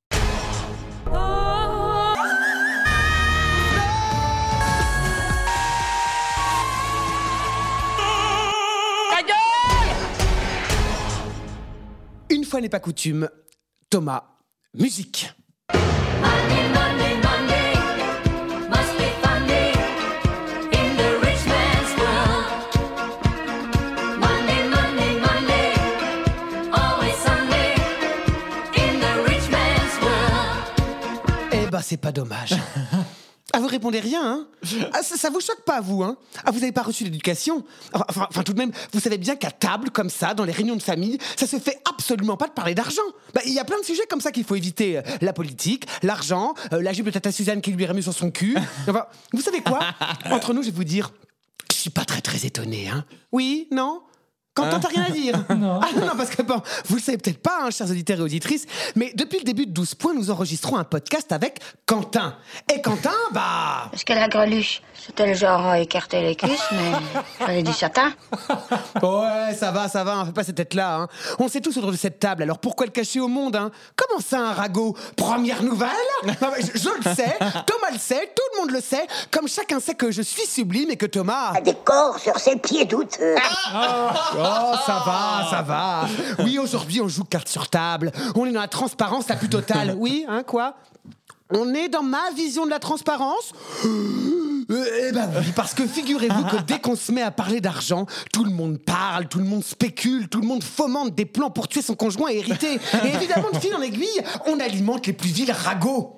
Une fois n'est pas coutume, Thomas, musique. Money, money, money, must be funny in the rich man's world. Money, money, money, always sunny in the rich man's world. Eh ben c'est pas dommage. Ah, vous répondez rien, hein? Ah, ça, ça vous choque pas, vous, hein? Ah, vous n'avez pas reçu d'éducation? Enfin, enfin, tout de même, vous savez bien qu'à table, comme ça, dans les réunions de famille, ça se fait absolument pas de parler d'argent. Bah, il y a plein de sujets comme ça qu'il faut éviter. Euh, la politique, l'argent, euh, la jupe de Tata Suzanne qui lui est remise sur son cul. Enfin, vous savez quoi? Entre nous, je vais vous dire, je suis pas très très étonné, hein? Oui? Non? Quentin, t'as rien à dire? Non. Ah non, non, parce que bon, vous le savez peut-être pas, hein, chers auditeurs et auditrices, mais depuis le début de douze points, nous enregistrons un podcast avec Quentin. Et Quentin, bah... Parce que la greluche, c'était le genre à écarter les cuisses, mais j'avais du satin. Ouais, ça va, ça va, on fait pas cette tête-là, hein. On sait tous autour de cette table, alors pourquoi le cacher au monde, hein? Comment ça, un ragot? Première nouvelle? Non, mais je, je le sais, Thomas le sait, tout le monde le sait, comme chacun sait que je suis sublime et que Thomas... a des corps sur ses pieds douteux. Oh, ça va, ça va. Oui, aujourd'hui, on joue carte sur table. On est dans la transparence la plus totale. Oui, hein, quoi? On est dans ma vision de la transparence? Eh ben oui, parce que figurez-vous que dès qu'on se met à parler d'argent, tout le monde parle, tout le monde spécule, tout le monde fomente des plans pour tuer son conjoint et hériter. Et évidemment, de fil en aiguille, on alimente les plus vils ragots.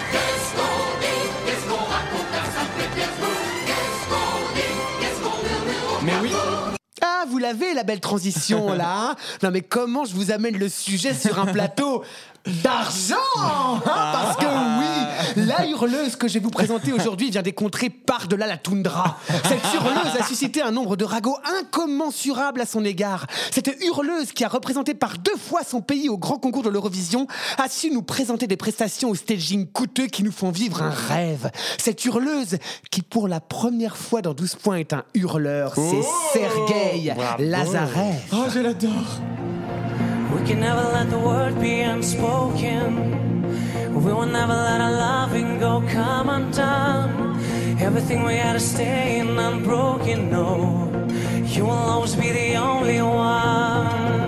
Mais oui. Ah, vous l'avez, la belle transition, là, hein? Non, mais comment je vous amène le sujet sur un plateau d'argent, hein? Parce que oui, la hurleuse que je vais vous présenter aujourd'hui vient des contrées par-delà la toundra. Cette hurleuse a suscité un nombre de ragots incommensurable à son égard. Cette hurleuse qui a représenté par deux fois son pays au grand concours de l'Eurovision a su nous présenter des prestations au staging coûteux qui nous font vivre un rêve. Cette hurleuse qui, pour la première fois dans douze points, est un hurleur, c'est Sergueï Lazarev. Oh, je l'adore. We can never let the word be unspoken. We will never let our loving go come undone. Everything we had to stay in unbroken. No, you will always be the only one.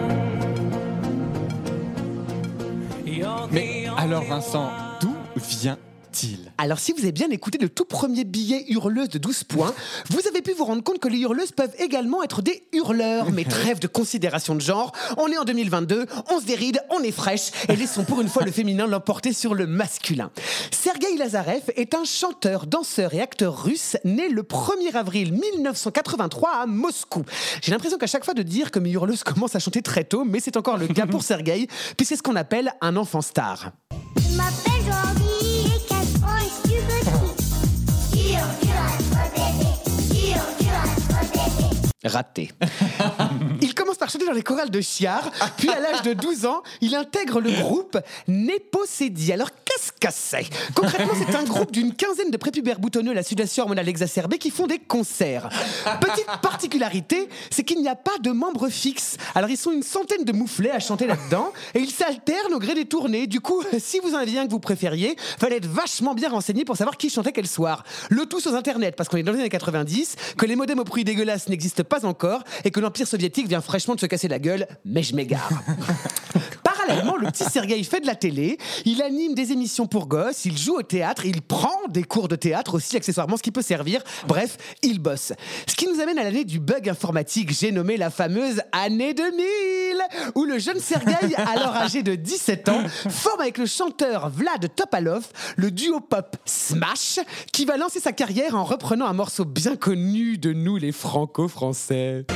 Mais alors, Vincent, d'où vient-il? Alors, si vous avez bien écouté le tout premier billet hurleuse de douze points, vous avez pu vous rendre compte que les hurleuses peuvent également être des hurleurs. Mais trêve de considération de genre, on est en deux mille vingt-deux, on se déride, on est fraîche, et laissons pour une fois le féminin l'emporter sur le masculin. Sergueï Lazarev est un chanteur, danseur et acteur russe né le premier avril mille neuf cent quatre-vingt-trois à Moscou. J'ai l'impression qu'à chaque fois de dire que mes hurleuses commencent à chanter très tôt, mais c'est encore le cas pour Sergueï, puis c'est ce qu'on appelle un enfant star. Je m'appelle Jordi et quatre ans et je suis petit. Hurle, hurle, bébé. Hurle, hurle, bébé. Raté. Il commence par chanter dans les chorales de Chiar, puis à l'âge de douze ans, il intègre le groupe Neposédi. Alors qu'est-ce que c'est? Concrètement, c'est un groupe d'une quinzaine de prépubères boutonneux, la sudation hormonale exacerbée, qui font des concerts. Petite particularité, c'est qu'il n'y a pas de membres fixes. Alors ils sont une centaine de mouflets à chanter là-dedans, et ils s'alternent au gré des tournées. Du coup, si vous en aviez un que vous préfériez, fallait être vachement bien renseigné pour savoir qui chantait quel soir. Le tout sur Internet, parce qu'on est dans les années quatre-vingt-dix, que les modems au bruit dégueulasse n'existent pas encore, et que l'Empire soviétique vient fraîchement de se casser la gueule, mais je m'égare. Parallèlement, le petit Sergueï fait de la télé, il anime des émissions pour gosses, il joue au théâtre, il prend des cours de théâtre aussi, accessoirement, ce qui peut servir. Bref, il bosse. Ce qui nous amène à l'année du bug informatique, j'ai nommé la fameuse année deux mille, où le jeune Sergueï, alors âgé de dix-sept ans, forme avec le chanteur Vlad Topalov le duo pop Smash, qui va lancer sa carrière en reprenant un morceau bien connu de nous les franco-français.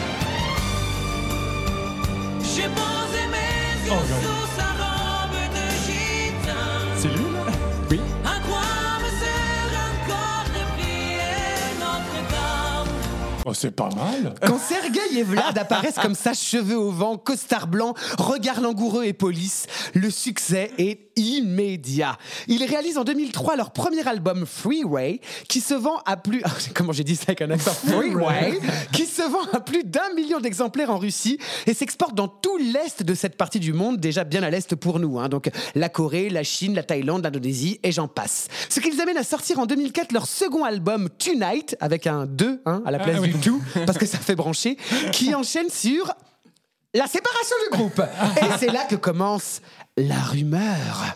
J'ai posé mes yeux Oh, sous sa robe de gitane. C'est lui, là? Oui. À quoi me sert encore de prier Notre-Dame? Oh, c'est pas mal. Quand Sergueï et Vlad apparaissent comme ça, cheveux au vent, costard blanc, regard langoureux et police, le succès est immédiat. Ils réalisent en deux mille trois leur premier album Freeway, qui se vend à plus... Comment j'ai dit ça avec un accent? Freeway, qui se vend à plus d'un million d'exemplaires en Russie et s'exporte dans tout l'est de cette partie du monde, déjà bien à l'est pour nous. Hein. Donc la Corée, la Chine, la Thaïlande, l'Indonésie et j'en passe. Ce qui les amène à sortir en deux mille quatre leur second album Tonight, avec un deux hein, à la place ah, oui. du tout, parce que ça fait brancher, qui enchaîne sur la séparation du groupe. Et c'est là que commence la rumeur.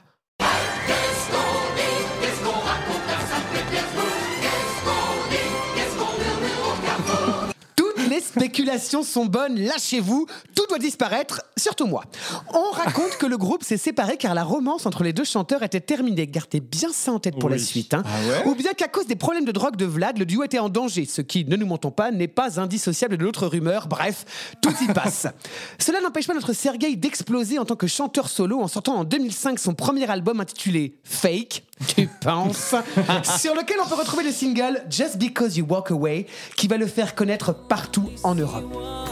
Les spéculations sont bonnes, lâchez-vous, tout doit disparaître, surtout moi. On raconte que le groupe s'est séparé car la romance entre les deux chanteurs était terminée. Gardez bien ça en tête pour oui. la suite. Hein. Ah ouais Ou bien qu'à cause des problèmes de drogue de Vlad, le duo était en danger, ce qui, ne nous mentons pas, n'est pas indissociable de l'autre rumeur. Bref, tout y passe. Cela n'empêche pas notre Sergueï d'exploser en tant que chanteur solo en sortant en deux mille cinq son premier album intitulé Fake. Tu penses sur lequel on peut retrouver le single Just Because You Walk Away qui va le faire connaître partout en Europe.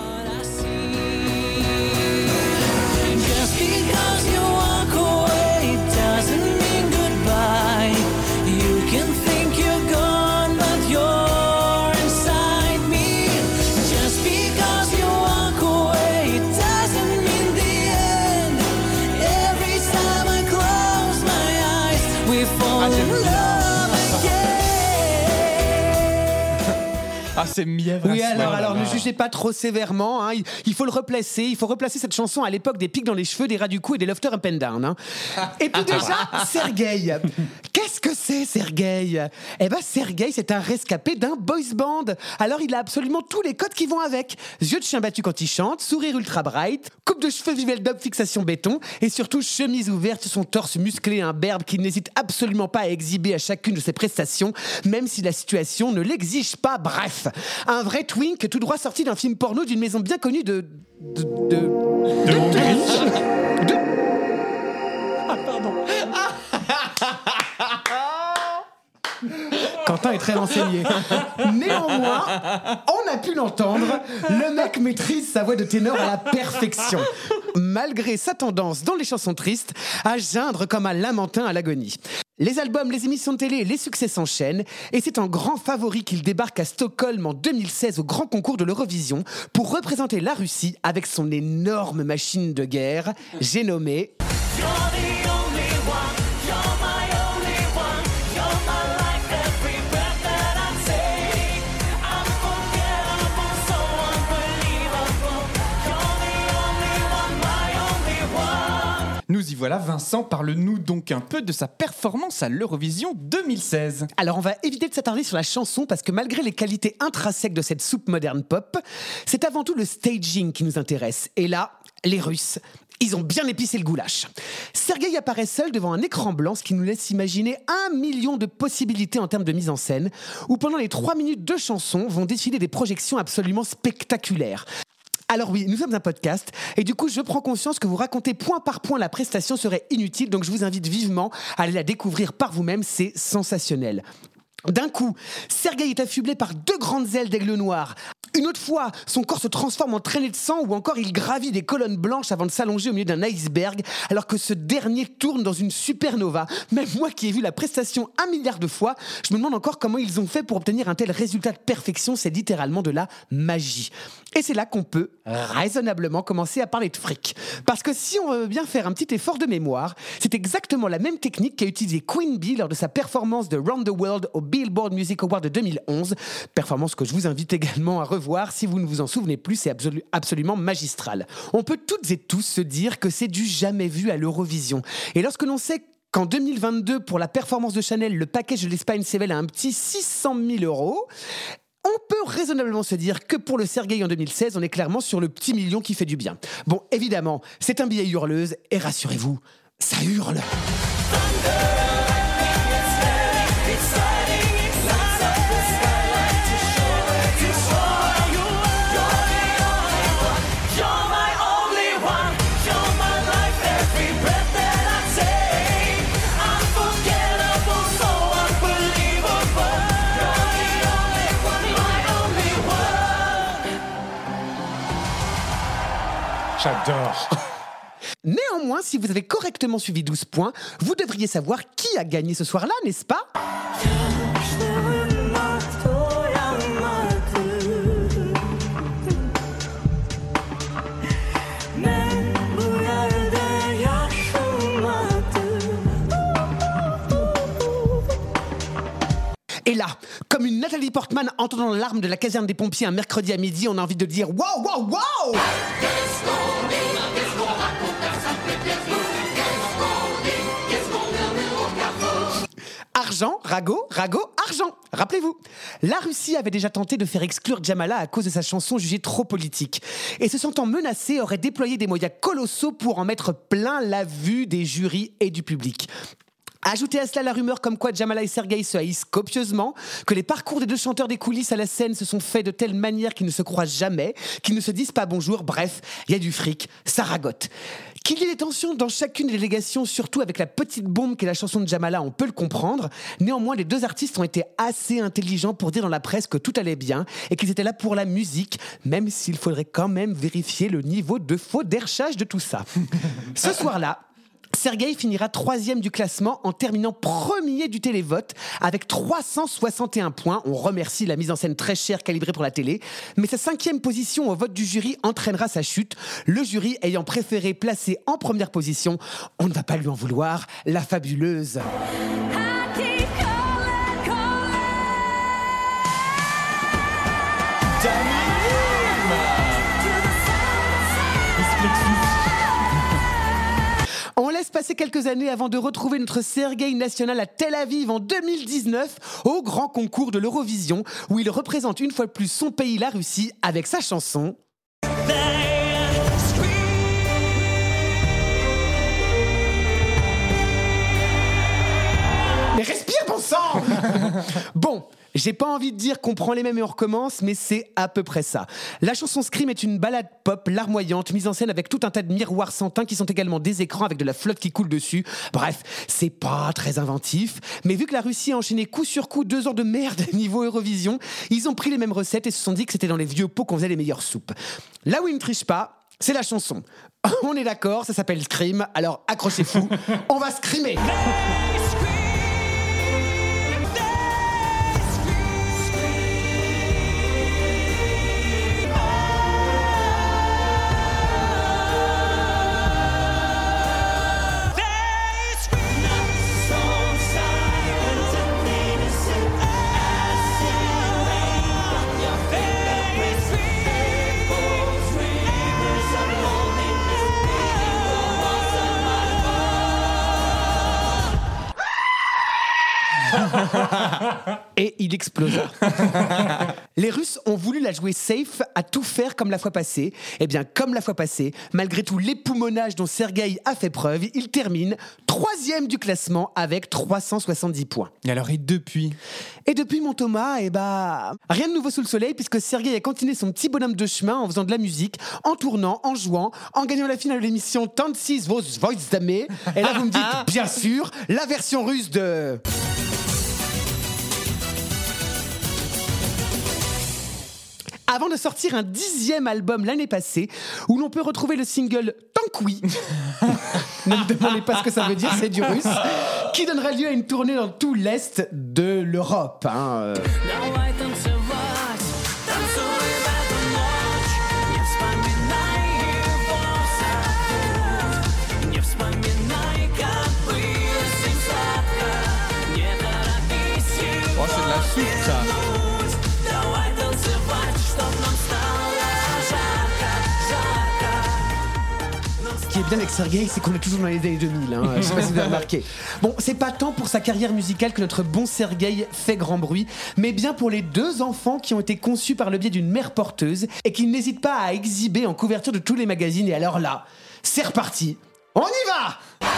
Ah, c'est mièvre. Oui, alors, alors ne jugez pas trop sévèrement. Hein. Il, il faut le replacer. Il faut replacer cette chanson à l'époque des pics dans les cheveux, des ras du cou et des lofter up and down. Hein. Et puis déjà, Sergueï. Qu'est-ce que c'est, Sergueï? Eh ben, Sergueï, c'est un rescapé d'un boys band. Alors, il a absolument tous les codes qui vont avec. Yeux de chien battu quand il chante, sourire ultra bright, coupe de cheveux Vivel Dub, fixation béton, et surtout chemise ouverte sur son torse musclé, un berbe qui n'hésite absolument pas à exhiber à chacune de ses prestations, même si la situation ne l'exige pas. Bref. Un vrai twink tout droit sorti d'un film porno d'une maison bien connue de... De... De... De... de... de... Ah, pardon. Quentin est très renseigné. Néanmoins, on a pu l'entendre, le mec maîtrise sa voix de ténor à la perfection. Malgré sa tendance dans les chansons tristes à geindre comme un lamentin à l'agonie. Les albums, les émissions de télé, les succès s'enchaînent et c'est en grand favori qu'il débarque à Stockholm en deux mille seize au grand concours de l'Eurovision pour représenter la Russie avec son énorme machine de guerre, j'ai nommé... Nous y voilà, Vincent, parle-nous donc un peu de sa performance à l'Eurovision deux mille seize. Alors on va éviter de s'attarder sur la chanson parce que malgré les qualités intrinsèques de cette soupe moderne pop, c'est avant tout le staging qui nous intéresse. Et là, les Russes, ils ont bien épicé le goulash. Sergueï apparaît seul devant un écran blanc, ce qui nous laisse imaginer un million de possibilités en termes de mise en scène, où pendant les trois minutes de chanson vont défiler des projections absolument spectaculaires. Alors oui, nous sommes un podcast et du coup je prends conscience que vous raconter point par point la prestation serait inutile, donc je vous invite vivement à aller la découvrir par vous-même, c'est sensationnel. D'un coup, Sergueï est affublé par deux grandes ailes d'aigle noir. Une autre fois, son corps se transforme en traînée de sang ou encore il gravit des colonnes blanches avant de s'allonger au milieu d'un iceberg alors que ce dernier tourne dans une supernova. Même moi qui ai vu la prestation un milliard de fois, je me demande encore comment ils ont fait pour obtenir un tel résultat de perfection. C'est littéralement de la magie. Et c'est là qu'on peut raisonnablement commencer à parler de fric. Parce que si on veut bien faire un petit effort de mémoire, c'est exactement la même technique qu'a utilisée Queen Bee lors de sa performance de Round the World au Billboard Music Award de deux mille onze. Performance que je vous invite également à revoir si vous ne vous en souvenez plus, c'est absolu- absolument magistral. On peut toutes et tous se dire que c'est du jamais vu à l'Eurovision. Et lorsque l'on sait qu'en deux mille vingt-deux, pour la performance de Chanel, le package de l'Espagne s'évalue à un petit six cent mille euros, on peut raisonnablement se dire que pour le Sergueï en deux mille seize, on est clairement sur le petit million qui fait du bien. Bon, évidemment, c'est un billet hurleuse, et rassurez-vous, ça hurle. J'adore. Néanmoins, si vous avez correctement suivi douze points, vous devriez savoir qui a gagné ce soir-là, n'est-ce pas ? Et là, comme une Nathalie Portman entendant l'alarme de la caserne des pompiers un mercredi à midi, on a envie de dire « Wow, wow, wow !» Argent, ragot, ragot, argent. Rappelez-vous, la Russie avait déjà tenté de faire exclure Jamala à cause de sa chanson jugée trop politique. Et se sentant menacée, aurait déployé des moyens colossaux pour en mettre plein la vue des jurys et du public. Ajoutez à cela la rumeur comme quoi Jamala et Sergueï se haïssent copieusement, que les parcours des deux chanteurs des coulisses à la scène se sont faits de telle manière qu'ils ne se croisent jamais, qu'ils ne se disent pas bonjour, bref, il y a du fric, ça ragote. Qu'il y ait des tensions dans chacune des délégations, surtout avec la petite bombe qu'est la chanson de Jamala, on peut le comprendre. Néanmoins, les deux artistes ont été assez intelligents pour dire dans la presse que tout allait bien et qu'ils étaient là pour la musique, même s'il faudrait quand même vérifier le niveau de faux derchage de tout ça. Ce soir-là, Sergueï finira troisième du classement en terminant premier du télévote avec trois cent soixante et un points. On remercie la mise en scène très chère calibrée pour la télé. Mais sa cinquième position au vote du jury entraînera sa chute. Le jury ayant préféré placer en première position, on ne va pas lui en vouloir, la fabuleuse On laisse passer quelques années avant de retrouver notre Sergueï national à Tel Aviv en deux mille dix-neuf au grand concours de l'Eurovision où il représente une fois de plus son pays, la Russie, avec sa chanson. Mais respire, bon sang. Bon, j'ai pas envie de dire qu'on prend les mêmes et on recommence, mais c'est à peu près ça. La chanson Scream est une ballade pop larmoyante, mise en scène avec tout un tas de miroirs sans teint qui sont également des écrans avec de la flotte qui coule dessus. Bref, c'est pas très inventif, mais vu que la Russie a enchaîné coup sur coup deux ans de merde niveau Eurovision, ils ont pris les mêmes recettes et se sont dit que c'était dans les vieux pots qu'on faisait les meilleures soupes. Là où ils ne trichent pas, c'est la chanson. On est d'accord, ça s'appelle Scream, alors accrochez-vous, on va screamer. Et il explosa. Les Russes ont voulu la jouer safe, à tout faire comme la fois passée. Eh bien, comme la fois passée, malgré tout l'époumonage dont Sergueï a fait preuve, il termine troisième du classement avec trois cent soixante-dix points. Et alors, et depuis Et depuis, mon Thomas, eh bah, rien de nouveau sous le soleil, puisque Sergueï a continué son petit bonhomme de chemin en faisant de la musique, en tournant, en jouant, en gagnant la finale de l'émission Tantsiz Vozdame. Et là, vous me dites, bien sûr, la version russe de... Avant de sortir un dixième album l'année passée, où l'on peut retrouver le single Tankoui, ne me demandez pas ce que ça veut dire, c'est du russe, qui donnera lieu à une tournée dans tout l'Est de l'Europe. Hein. Oh, c'est de la soupe, ça. Ce qui est bien avec Sergueï, c'est qu'on est toujours dans les années deux mille. Hein. Je sais pas si vous avez remarqué. Bon, c'est pas tant pour sa carrière musicale que notre bon Sergueï fait grand bruit, mais bien pour les deux enfants qui ont été conçus par le biais d'une mère porteuse et qui n'hésitent pas à exhiber en couverture de tous les magazines. Et alors là, c'est reparti. On y va!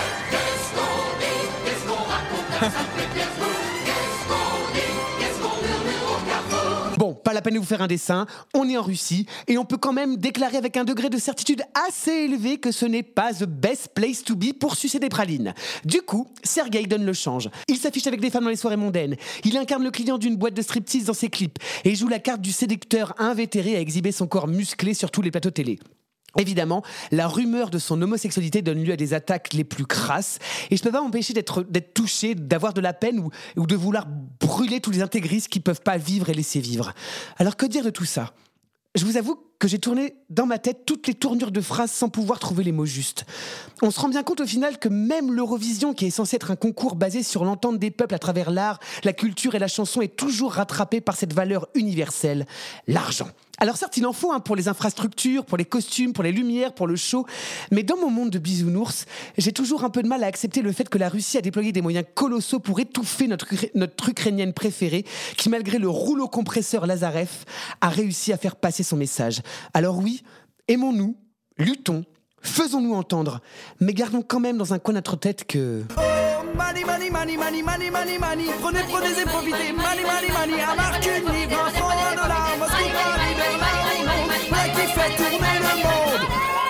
Bon, pas la peine de vous faire un dessin, on est en Russie et on peut quand même déclarer avec un degré de certitude assez élevé que ce n'est pas the best place to be pour sucer des pralines. Du coup, Sergueï donne le change. Il s'affiche avec des femmes dans les soirées mondaines, il incarne le client d'une boîte de striptease dans ses clips et joue la carte du séducteur invétéré à exhiber son corps musclé sur tous les plateaux télé. Évidemment, la rumeur de son homosexualité donne lieu à des attaques les plus crasses. Et je ne peux pas m'empêcher d'être, d'être touché, d'avoir de la peine ou, ou de vouloir brûler tous les intégristes qui ne peuvent pas vivre et laisser vivre. Alors que dire de tout ça ? Je vous avoue que j'ai tourné dans ma tête toutes les tournures de phrases sans pouvoir trouver les mots justes. On se rend bien compte au final que même l'Eurovision, qui est censé être un concours basé sur l'entente des peuples à travers l'art, la culture et la chanson, est toujours rattrapé par cette valeur universelle, l'argent. Alors certes, il en faut hein, pour les infrastructures, pour les costumes, pour les lumières, pour le show, mais dans mon monde de bisounours, j'ai toujours un peu de mal à accepter le fait que la Russie a déployé des moyens colossaux pour étouffer notre, notre ukrainienne préférée, qui malgré le rouleau compresseur Lazarev, a réussi à faire passer son message. Alors oui, aimons-nous, luttons, faisons-nous entendre, mais gardons quand même dans un coin de notre tête que... Money, money, money, money, money, money, money. Prenez, prenez et profitez. Money, money, money. À marque une livre, un franc, un dollar. Moscou, Paris, Berlin, voilà qui fait tourner le monde.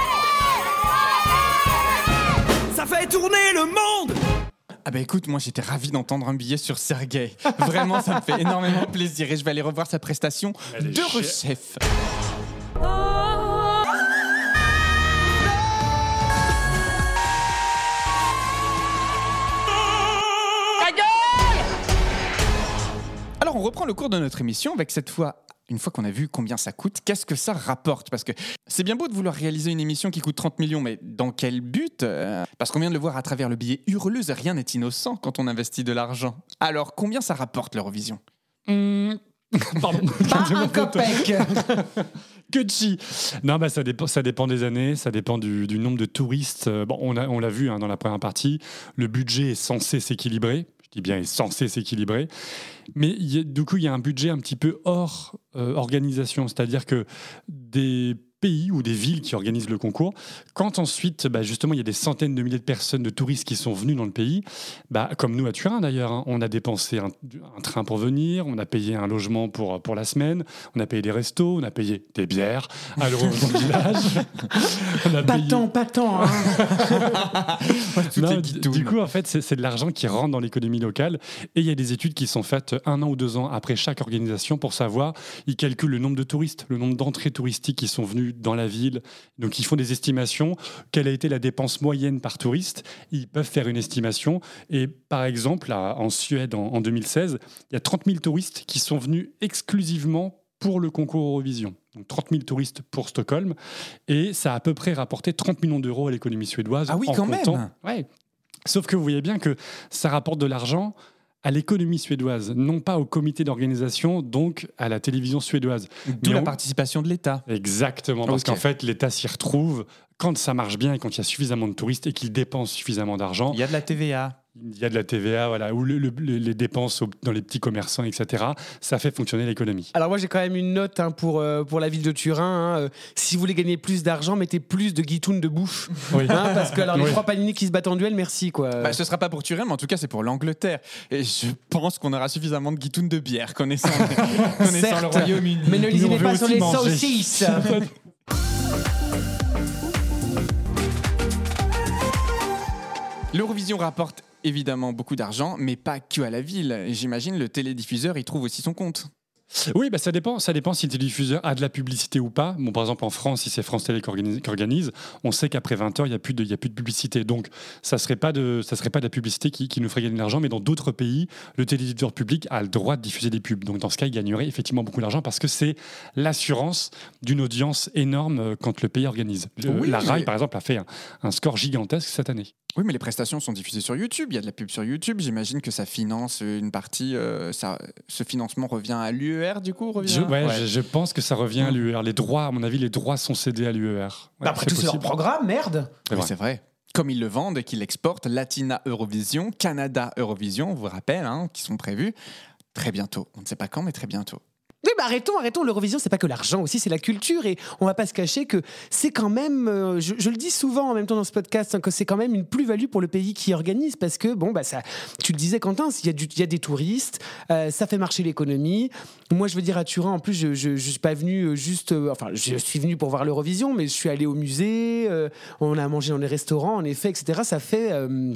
Ça fait tourner le monde. Ah bah écoute, moi j'étais ravi d'entendre un billet sur Sergueï. Vraiment, ça me fait énormément plaisir et je vais aller revoir sa prestation d'Eurochef. Alors on reprend le cours de notre émission avec cette fois, une fois qu'on a vu combien ça coûte, qu'est-ce que ça rapporte ? Parce que c'est bien beau de vouloir réaliser une émission qui coûte trente millions, mais dans quel but ? Parce qu'on vient de le voir à travers le billet hurleuse, rien n'est innocent quand on investit de l'argent. Alors combien ça rapporte l'Eurovision ? Mmh. Pardon. Pas un copec. Que chi. Non, bah ça dépend, ça dépend des années, ça dépend du, du nombre de touristes. Bon, on, a, on l'a vu hein, dans la première partie, le budget est censé s'équilibrer. Je dis bien est censé s'équilibrer. Mais y a, du coup, il y a un budget un petit peu hors euh, organisation, c'est-à-dire que des pays ou des villes qui organisent le concours, quand ensuite, bah justement, il y a des centaines de milliers de personnes, de touristes qui sont venus dans le pays, bah, comme nous à Turin d'ailleurs, hein, on a dépensé un, un train pour venir, on a payé un logement pour, pour la semaine, on a payé des restos, on a payé des bières à l'Eurovision Village. On a pas payé... tant, pas tant. Hein. Non, du coup, en fait, c'est, c'est de l'argent qui rentre dans l'économie locale et il y a des études qui sont faites un an ou deux ans après chaque organisation pour savoir, ils calculent le nombre de touristes, le nombre d'entrées touristiques qui sont venus dans la ville. Donc, ils font des estimations. Quelle a été la dépense moyenne par touriste ? Ils peuvent faire une estimation. Et par exemple, là, en Suède, en, en deux mille seize, il y a trente mille touristes qui sont venus exclusivement pour le concours Eurovision. Donc trente mille touristes pour Stockholm. Et ça a à peu près rapporté trente millions d'euros à l'économie suédoise. Ah oui, en quand comptant. même. Ouais. Sauf que vous voyez bien que ça rapporte de l'argent à l'économie suédoise, non pas au comité d'organisation, donc à la télévision suédoise. D'où Mais la on... participation de l'État. Exactement, parce okay. qu'en fait, l'État s'y retrouve quand ça marche bien et quand il y a suffisamment de touristes et qu'il dépense suffisamment d'argent. Il y a de la T V A. Il y a de la T V A, voilà, ou le, le, les dépenses au, dans les petits commerçants, et cetera. Ça fait fonctionner l'économie. Alors moi j'ai quand même une note hein, pour, euh, pour la ville de Turin. Hein, euh, si vous voulez gagner plus d'argent, mettez plus de guitounes de bouffe. Oui. Hein, parce que alors les oui. trois panini qui se battent en duel, merci quoi. Bah, ce sera pas pour Turin, mais en tout cas c'est pour l'Angleterre. Et je pense qu'on aura suffisamment de guitounes de bière connaissant, connaissant Certes, le Royaume-Uni. mais ne lisez on pas veut sur aussi les manger. saucisses. L'Eurovision rapporte évidemment beaucoup d'argent, mais pas que à la ville. Et j'imagine le télédiffuseur y trouve aussi son compte. Oui, bah ça dépend. Ça dépend si le télédiffuseur a de la publicité ou pas. Bon, par exemple, en France, si c'est France Télé qui organise, qui organise on sait qu'après vingt heures, il n'y a, plus de, y a plus de publicité. Donc, ça ne serait pas de, ça serait pas de la publicité qui, qui nous ferait gagner de l'argent. Mais dans d'autres pays, le télédiffuseur public a le droit de diffuser des pubs. Donc, dans ce cas, il gagnerait effectivement beaucoup d'argent parce que c'est l'assurance d'une audience énorme quand le pays organise. Le, Oui, la R A I, mais... par exemple, a fait un, un score gigantesque cette année. Oui, mais les prestations sont diffusées sur YouTube. Il y a de la pub sur YouTube. J'imagine que ça finance une partie. Euh, ça, ce financement revient à l'U E R, du coup revient... je, ouais, ouais. Je, je pense que ça revient mmh. à l'U E R. Les droits, à mon avis, les droits sont cédés à l'U E R. Ouais, bah après tout, c'est leur programme, merde. C'est, oui, c'est vrai. Comme ils le vendent et qu'ils l'exportent, Latina Eurovision, Canada Eurovision, on vous rappelle, hein, qui sont prévus très bientôt. On ne sait pas quand, mais très bientôt. Oui, bah arrêtons, arrêtons. L'Eurovision, c'est pas que l'argent aussi, c'est la culture. Et on va pas se cacher que c'est quand même, euh, je, je le dis souvent en même temps dans ce podcast, hein, que c'est quand même une plus-value pour le pays qui organise. Parce que, bon, bah, ça, tu le disais, Quentin, il y a, du, il y a des touristes, euh, ça fait marcher l'économie. Moi, je veux dire, à Turin, en plus, je, je, je suis pas venu juste. Euh, enfin, je suis venu pour voir l'Eurovision, mais je suis allé au musée, euh, on a mangé dans les restaurants, en effet, et cetera. Ça fait. Euh,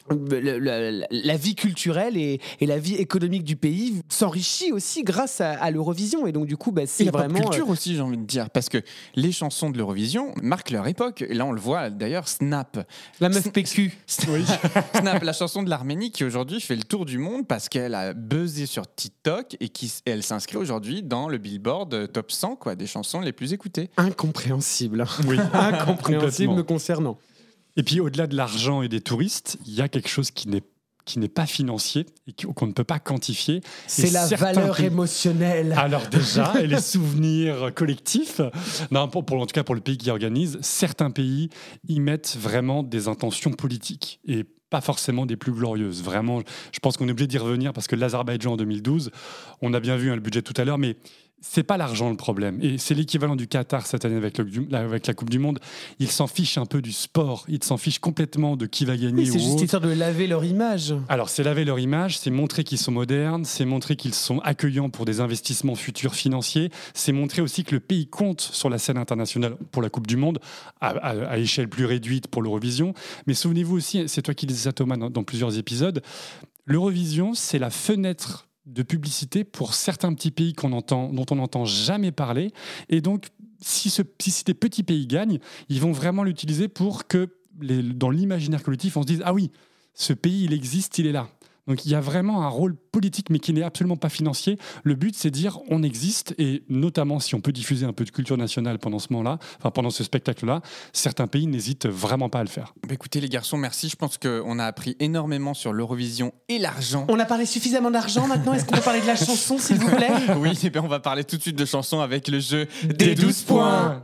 le, le, la vie culturelle et, et la vie économique du pays s'enrichit aussi grâce à, à l'Eurovision. Et donc, du coup, bah, c'est et la vraiment. pop culture aussi, j'ai envie de dire, parce que les chansons de l'Eurovision marquent leur époque. Et là, on le voit d'ailleurs, Snap. La meuf P Q. Oui. Snap, la chanson de l'Arménie qui aujourd'hui fait le tour du monde parce qu'elle a buzzé sur TikTok et qu'elle s'inscrit aujourd'hui dans le Billboard Top cent quoi, des chansons les plus écoutées. Incompréhensible. Oui. Incompréhensible me concernant. Et puis, au-delà de l'argent et des touristes, il y a quelque chose qui n'est qui n'est pas financier et qu'on ne peut pas quantifier. C'est et la valeur pays... émotionnelle. Alors déjà, et les souvenirs collectifs, non, pour, pour, en tout cas pour le pays qui organise, certains pays y mettent vraiment des intentions politiques et pas forcément des plus glorieuses. Vraiment, je pense qu'on est obligé d'y revenir parce que l'Azerbaïdjan en deux mille douze, on a bien vu hein, le budget tout à l'heure, mais c'est pas l'argent le problème. Et c'est l'équivalent du Qatar cette année avec, le, avec la Coupe du Monde. Ils s'en fichent un peu du sport. Ils s'en fichent complètement de qui va gagner. Oui, c'est ou juste autre. histoire de laver leur image. Alors, c'est laver leur image, c'est montrer qu'ils sont modernes, c'est montrer qu'ils sont accueillants pour des investissements futurs financiers, c'est montrer aussi que le pays compte sur la scène internationale pour la Coupe du Monde, à, à, à échelle plus réduite pour l'Eurovision. Mais souvenez-vous aussi, c'est toi qui disais ça, Thomas, dans, dans plusieurs épisodes, l'Eurovision, c'est la fenêtre de publicité pour certains petits pays qu'on entend, dont on n'entend jamais parler. Et donc, si, ce, si ces petits pays gagnent, ils vont vraiment l'utiliser pour que, les, dans l'imaginaire collectif, on se dise « Ah oui, ce pays, il existe, il est là ». Donc il y a vraiment un rôle politique, mais qui n'est absolument pas financier. Le but, c'est de dire on existe, et notamment si on peut diffuser un peu de culture nationale pendant ce moment-là, enfin pendant ce spectacle-là, certains pays n'hésitent vraiment pas à le faire. Bah écoutez les garçons, merci. Je pense qu'on a appris énormément sur l'Eurovision et l'argent. On a parlé suffisamment d'argent maintenant. Est-ce qu'on peut parler de la chanson, s'il vous plaît ? Oui, et bien on va parler tout de suite de chanson avec le jeu des douze points.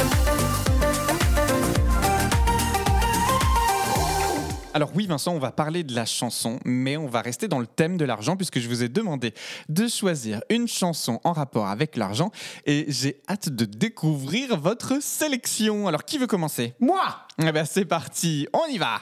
Alors oui Vincent, on va parler de la chanson, mais on va rester dans le thème de l'argent puisque je vous ai demandé de choisir une chanson en rapport avec l'argent et j'ai hâte de découvrir votre sélection. Alors qui veut commencer ? Moi ! Eh bien c'est parti, on y va !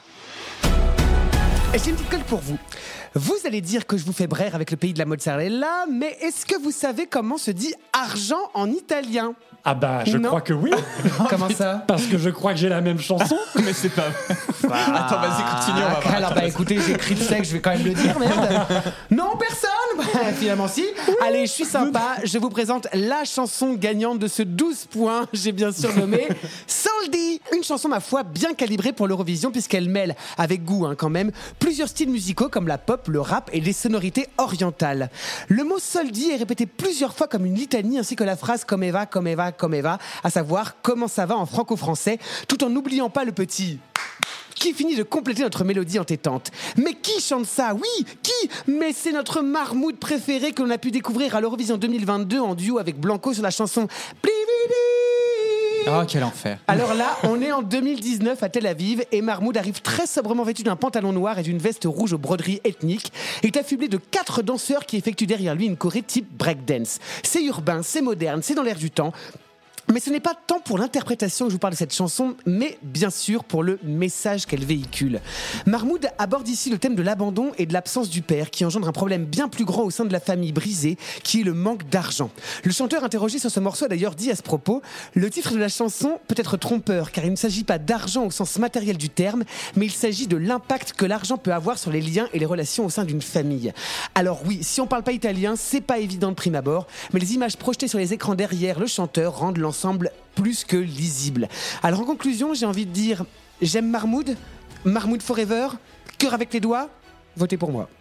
Et j'ai une petite colle pour vous. Vous allez dire que je vous fais braire avec le pays de la mozzarella, mais est-ce que vous savez comment se dit argent en italien ? Ah bah, je non. crois que oui. Comment ça ? Parce que je crois que j'ai la même chanson. Mais c'est pas vrai. Attends, vas-y, continue, on va voir. Alors bah écoutez, j'ai écrit le sec, je vais quand même le dire, merde. Non, personne. Bah, finalement si. Allez, je suis sympa, je vous présente la chanson gagnante de ce douze points, j'ai bien surnommé Soldi. Une chanson, ma foi, bien calibrée pour l'Eurovision, puisqu'elle mêle, avec goût hein, quand même, plusieurs styles musicaux comme la pop, le rap et les sonorités orientales. Le mot soldi est répété plusieurs fois comme une litanie, ainsi que la phrase come va, come va, come va, à savoir comment ça va en franco-français, tout en n'oubliant pas le petit qui finit de compléter notre mélodie entêtante. Mais qui chante ça ? Oui, qui ? Mais c'est notre Mahmoud préféré que l'on a pu découvrir à l'Eurovision deux mille vingt-deux en duo avec Blanco sur la chanson Plividi. Oh, quel enfer. Alors là, on est en deux mille dix-neuf à Tel Aviv et Mahmoud arrive très sobrement vêtu d'un pantalon noir et d'une veste rouge aux broderies ethniques. Il est affublé de quatre danseurs qui effectuent derrière lui une choré type breakdance. C'est urbain, c'est moderne, c'est dans l'air du temps. Mais ce n'est pas tant pour l'interprétation que je vous parle de cette chanson, mais bien sûr pour le message qu'elle véhicule. Mahmoud aborde ici le thème de l'abandon et de l'absence du père, qui engendre un problème bien plus grand au sein de la famille brisée, qui est le manque d'argent. Le chanteur interrogé sur ce morceau a d'ailleurs dit à ce propos « Le titre de la chanson peut être trompeur, car il ne s'agit pas d'argent au sens matériel du terme, mais il s'agit de l'impact que l'argent peut avoir sur les liens et les relations au sein d'une famille. » Alors oui, si on parle pas italien, c'est pas évident de prime abord, mais les images projetées sur les écrans derrière le chanteur rendent l'ensemble semble plus que lisible. Alors en conclusion, j'ai envie de dire j'aime Mahmoud, Mahmoud forever, cœur avec les doigts, votez pour moi.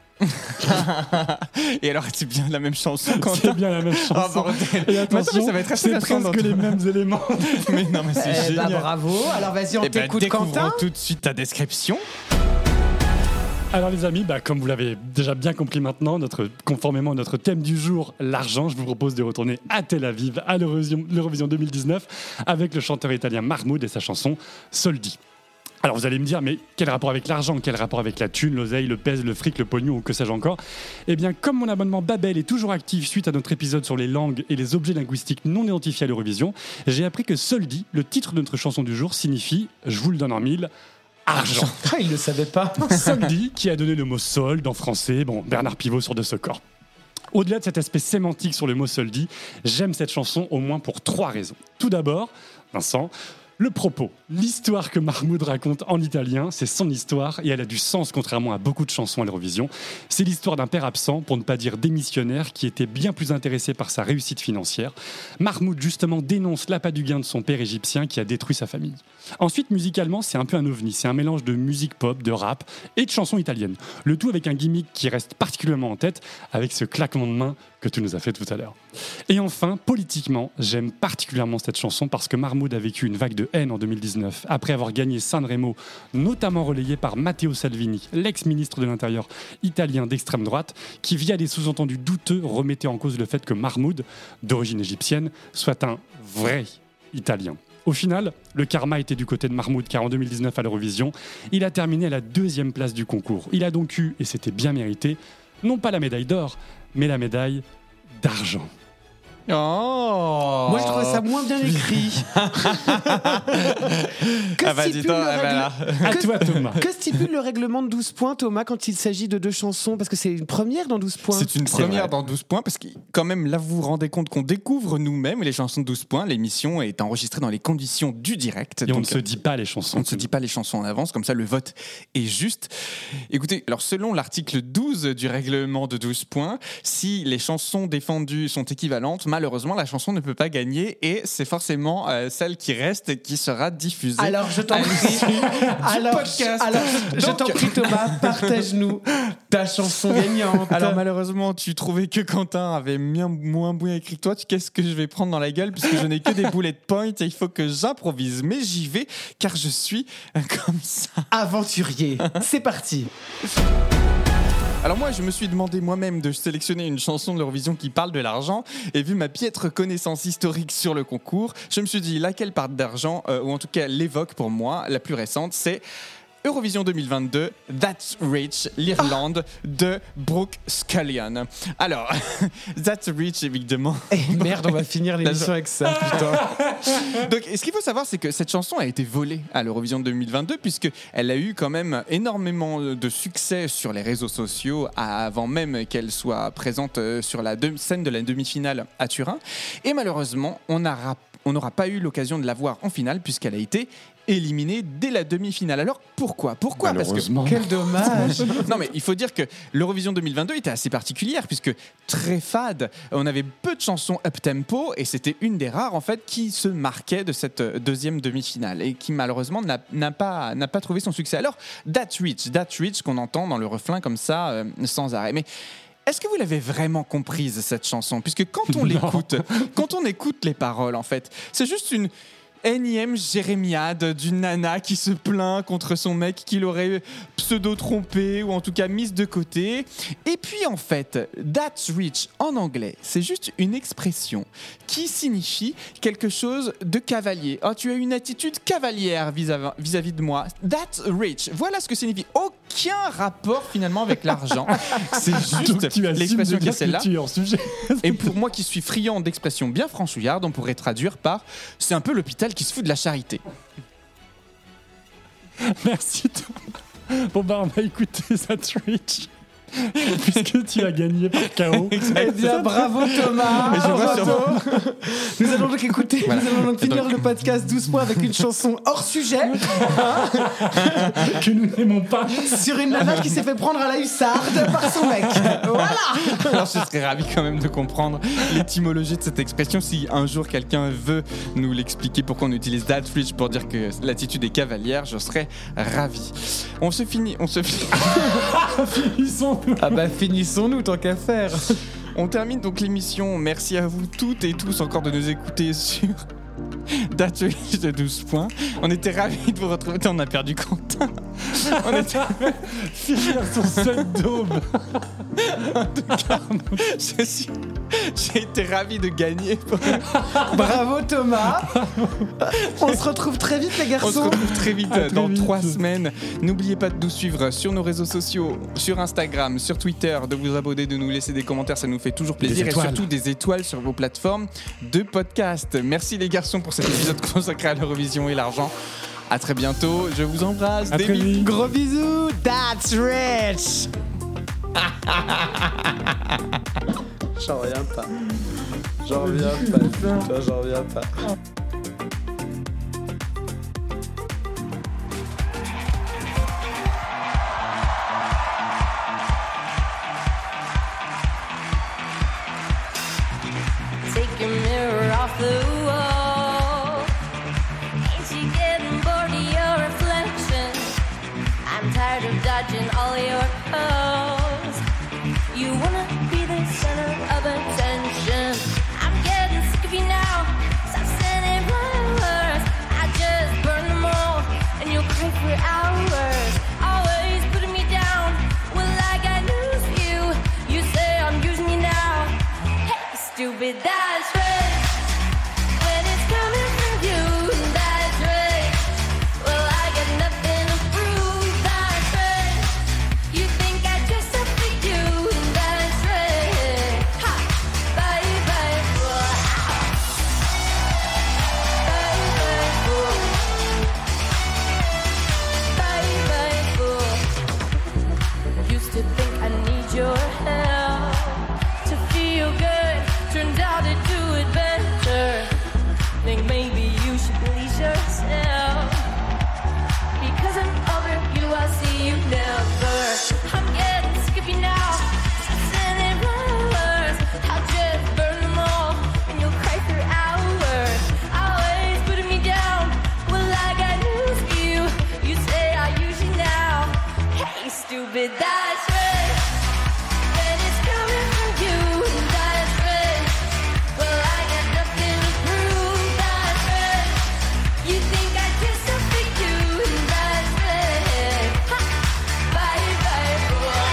Et alors, c'est bien la même chanson quand c'est bien la même chanson. Oh, bordel. Et attention, mais ça va être c'est presque les mêmes éléments. Mais non, mais c'est eh génial. Bah, bravo. Alors vas-y, on eh t'écoute, bah, découvrons Quentin. tout de suite ta description. Alors les amis, bah, comme vous l'avez déjà bien compris maintenant, notre, conformément à notre thème du jour, l'argent, je vous propose de retourner à Tel Aviv, à l'Eurovision, l'Eurovision deux mille dix-neuf, avec le chanteur italien Mahmoud et sa chanson Soldi. Alors vous allez me dire, mais quel rapport avec l'argent ? Quel rapport avec la thune, l'oseille, le pèse, le fric, le pognon ou que sais-je encore ? Eh bien, comme mon abonnement Babel est toujours actif suite à notre épisode sur les langues et les objets linguistiques non identifiés à l'Eurovision, j'ai appris que Soldi, le titre de notre chanson du jour, signifie, je vous le donne en mille, argent. Ah, il ne le savait pas. Soldi, qui a donné le mot solde en français, bon, Bernard Pivot sur De ce corps. Au-delà de cet aspect sémantique sur le mot soldi, j'aime cette chanson au moins pour trois raisons. Tout d'abord, Vincent, Le propos, l'histoire que Mahmoud raconte en italien, c'est son histoire et elle a du sens contrairement à beaucoup de chansons à l'Eurovision. C'est l'histoire d'un père absent, pour ne pas dire démissionnaire, qui était bien plus intéressé par sa réussite financière. Mahmoud justement dénonce l'appât du gain de son père égyptien qui a détruit sa famille. Ensuite, musicalement, c'est un peu un ovni, c'est un mélange de musique pop, de rap et de chansons italiennes. Le tout avec un gimmick qui reste particulièrement en tête, avec ce claquement de main que tu nous as fait tout à l'heure. Et enfin, politiquement, j'aime particulièrement cette chanson parce que Mahmoud a vécu une vague de haine en deux mille dix-neuf, après avoir gagné Sanremo, notamment relayé par Matteo Salvini, l'ex-ministre de l'Intérieur italien d'extrême droite, qui via des sous-entendus douteux remettait en cause le fait que Mahmoud, d'origine égyptienne, soit un vrai Italien. Au final, le karma était du côté de Mahmoud, car en deux mille dix-neuf à l'Eurovision, il a terminé à la deuxième place du concours. Il a donc eu, et c'était bien mérité, non pas la médaille d'or, mais la médaille d'argent. Oh Moi, je trouvais ça moins bien écrit. que ah bah, dis toi, ah bah là. À toi, Thomas. Que stipule le règlement de douze points, Thomas, quand il s'agit de deux chansons? Parce que c'est une première dans douze points. C'est une C'est première vrai. dans douze points, parce que quand même, là, vous vous rendez compte qu'on découvre nous-mêmes les chansons de douze points. L'émission est enregistrée dans les conditions du direct. Et on donc, ne se dit pas les chansons. On ne se dit pas les chansons en avance, comme ça le vote est juste. Écoutez, alors selon l'article douze du règlement de douze points, si les chansons défendues sont équivalentes, malheureusement la chanson ne peut pas gagner et c'est forcément euh, celle qui reste qui sera diffusée. Alors je t'en à prie, l'issue du alors, podcast. alors je Donc- t'en prie Thomas, partage-nous ta chanson gagnante. Alors malheureusement, tu trouvais que Quentin avait bien, moins bien écrit que toi. Tu- Qu'est-ce que je vais prendre dans la gueule puisque je n'ai que des bullet points et il faut que j'improvise. Mais j'y vais car je suis euh, comme ça. Aventurier, c'est parti. Alors moi, je me suis demandé moi-même de sélectionner une chanson de l'Eurovision qui parle de l'argent et vu ma piètre connaissance historique sur le concours, je me suis dit laquelle parle d'argent euh, ou en tout cas l'évoque pour moi. La plus récente, c'est Eurovision deux mille vingt-deux, That's Rich, l'Irlande de Brooke Scullion. Alors, That's Rich, évidemment. Eh merde, on va finir l'émission avec ça, putain. Donc, ce qu'il faut savoir, c'est que cette chanson a été volée à l'Eurovision deux mille vingt-deux, puisqu'elle a eu quand même énormément de succès sur les réseaux sociaux avant même qu'elle soit présente sur la de- scène de la demi-finale à Turin. Et malheureusement, on n'aura on n'aura pas eu l'occasion de la voir en finale, puisqu'elle a été éliminée dès la demi-finale. Alors pourquoi Pourquoi Parce que Quel dommage. non mais il faut dire que l'Eurovision deux mille vingt-deux était assez particulière puisque très fade, on avait peu de chansons up-tempo et c'était une des rares en fait qui se marquait de cette deuxième demi-finale et qui malheureusement n'a, n'a, pas, n'a pas trouvé son succès. Alors That's Rich, That's Rich qu'on entend dans le refrain comme ça euh, sans arrêt. Mais est-ce que vous l'avez vraiment comprise cette chanson? Puisque quand on l'écoute, quand on écoute les paroles en fait, c'est juste une énième jérémiade d'une nana qui se plaint contre son mec qui l'aurait pseudo-trompé ou en tout cas mise de côté. Et puis en fait, That's Rich en anglais, c'est juste une expression qui signifie quelque chose de cavalier. Oh, tu as une attitude cavalière vis-à-vis, vis-à-vis de moi. That's Rich. Voilà ce que signifie. Aucun rapport finalement avec l'argent. C'est juste Donc, tu assumes l'expression de qui est dire que celle-là. tu es hors sujet. Et pour moi qui suis friand d'expressions bien franchouillardes, on pourrait traduire par « c'est un peu l'hôpital qui se fout de la charité ». Merci Thomas. Bon bah on va écouter That's Rich. Puisque tu as gagné par K O. Eh bien, bravo Thomas. Mais je vois sur- Bravo. Nous allons donc écouter, Voilà. nous allons donc Et finir donc- le podcast douze points avec une chanson hors sujet Que nous n'aimons pas. sur une nana qui s'est fait prendre à la hussarde par son mec. Voilà. Alors je serais ravi quand même de comprendre l'étymologie de cette expression. Si un jour quelqu'un veut nous l'expliquer pourquoi on utilise That's Rich pour dire que l'attitude est cavalière, je serais ravi. On se finit, on se finit. Finissons. Ah bah finissons-nous tant qu'à faire. On termine donc l'émission. Merci à vous toutes et tous encore de nous écouter sur That's Rich de douze points. On était ravis de vous retrouver. On a perdu Quentin. On était Finir sur cette daube. en tout cas, je suis- j'ai été ravi de gagner. Bravo Thomas. On se retrouve très vite les On se garçons. retrouve très vite À très dans vite. trois semaines. N'oubliez pas de nous suivre sur nos réseaux sociaux, sur Instagram, sur Twitter, de vous abonner, de nous laisser des commentaires, ça nous fait toujours plaisir. Et étoiles. surtout des étoiles sur vos plateformes de podcast. Merci les garçons pour cet épisode consacré à l'Eurovision et l'argent. À très bientôt, je vous embrasse. À Des très bisous. vite. Gros bisous. That's rich. J'en reviens pas. J'en reviens pas. Putain, j'en reviens pas. dodging all your calls. You wanna be the center of attention. I'm getting sick of you now. Stop sending flowers. I just burn them all, and you'll cry for hours. Always putting me down. Well, I got news for you. You say I'm using you now. Hey, stupid, that's right. When it's coming from you, that's right. Well, I got nothing to prove, that's right. You think I dress up for you, that's right. Ha! Bye, bye, fool. Bye, bye, fool. Bye, bye, fool. Used to think I need your help to feel good. Turns out to do it better. Think maybe you should please yourself. Because I'm over you, I'll see you never. I'm getting sick of you now. Stop sending flowers. I'll just burn them all, and you'll cry for hours. Always putting me down. Well, I got news for you. You say I use you now. Hey, stupid, that's right. When it's coming from you, that's right. Well, I got nothing to prove, that's right. You think I dress up for you, that's right. Ha! Bye, bye, fool.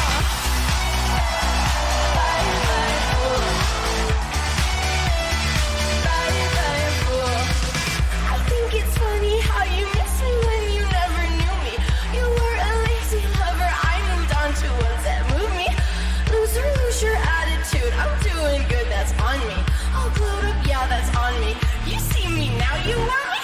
Bye, bye, fool. Bye, bye, fool. I think it's funny how you miss me when you never knew me. You were a lazy lover, I moved on to ones that move me. Loser, lose your attitude, I'm doing good, that's on me. All glowed up, yeah, that's on me. You see me now, you were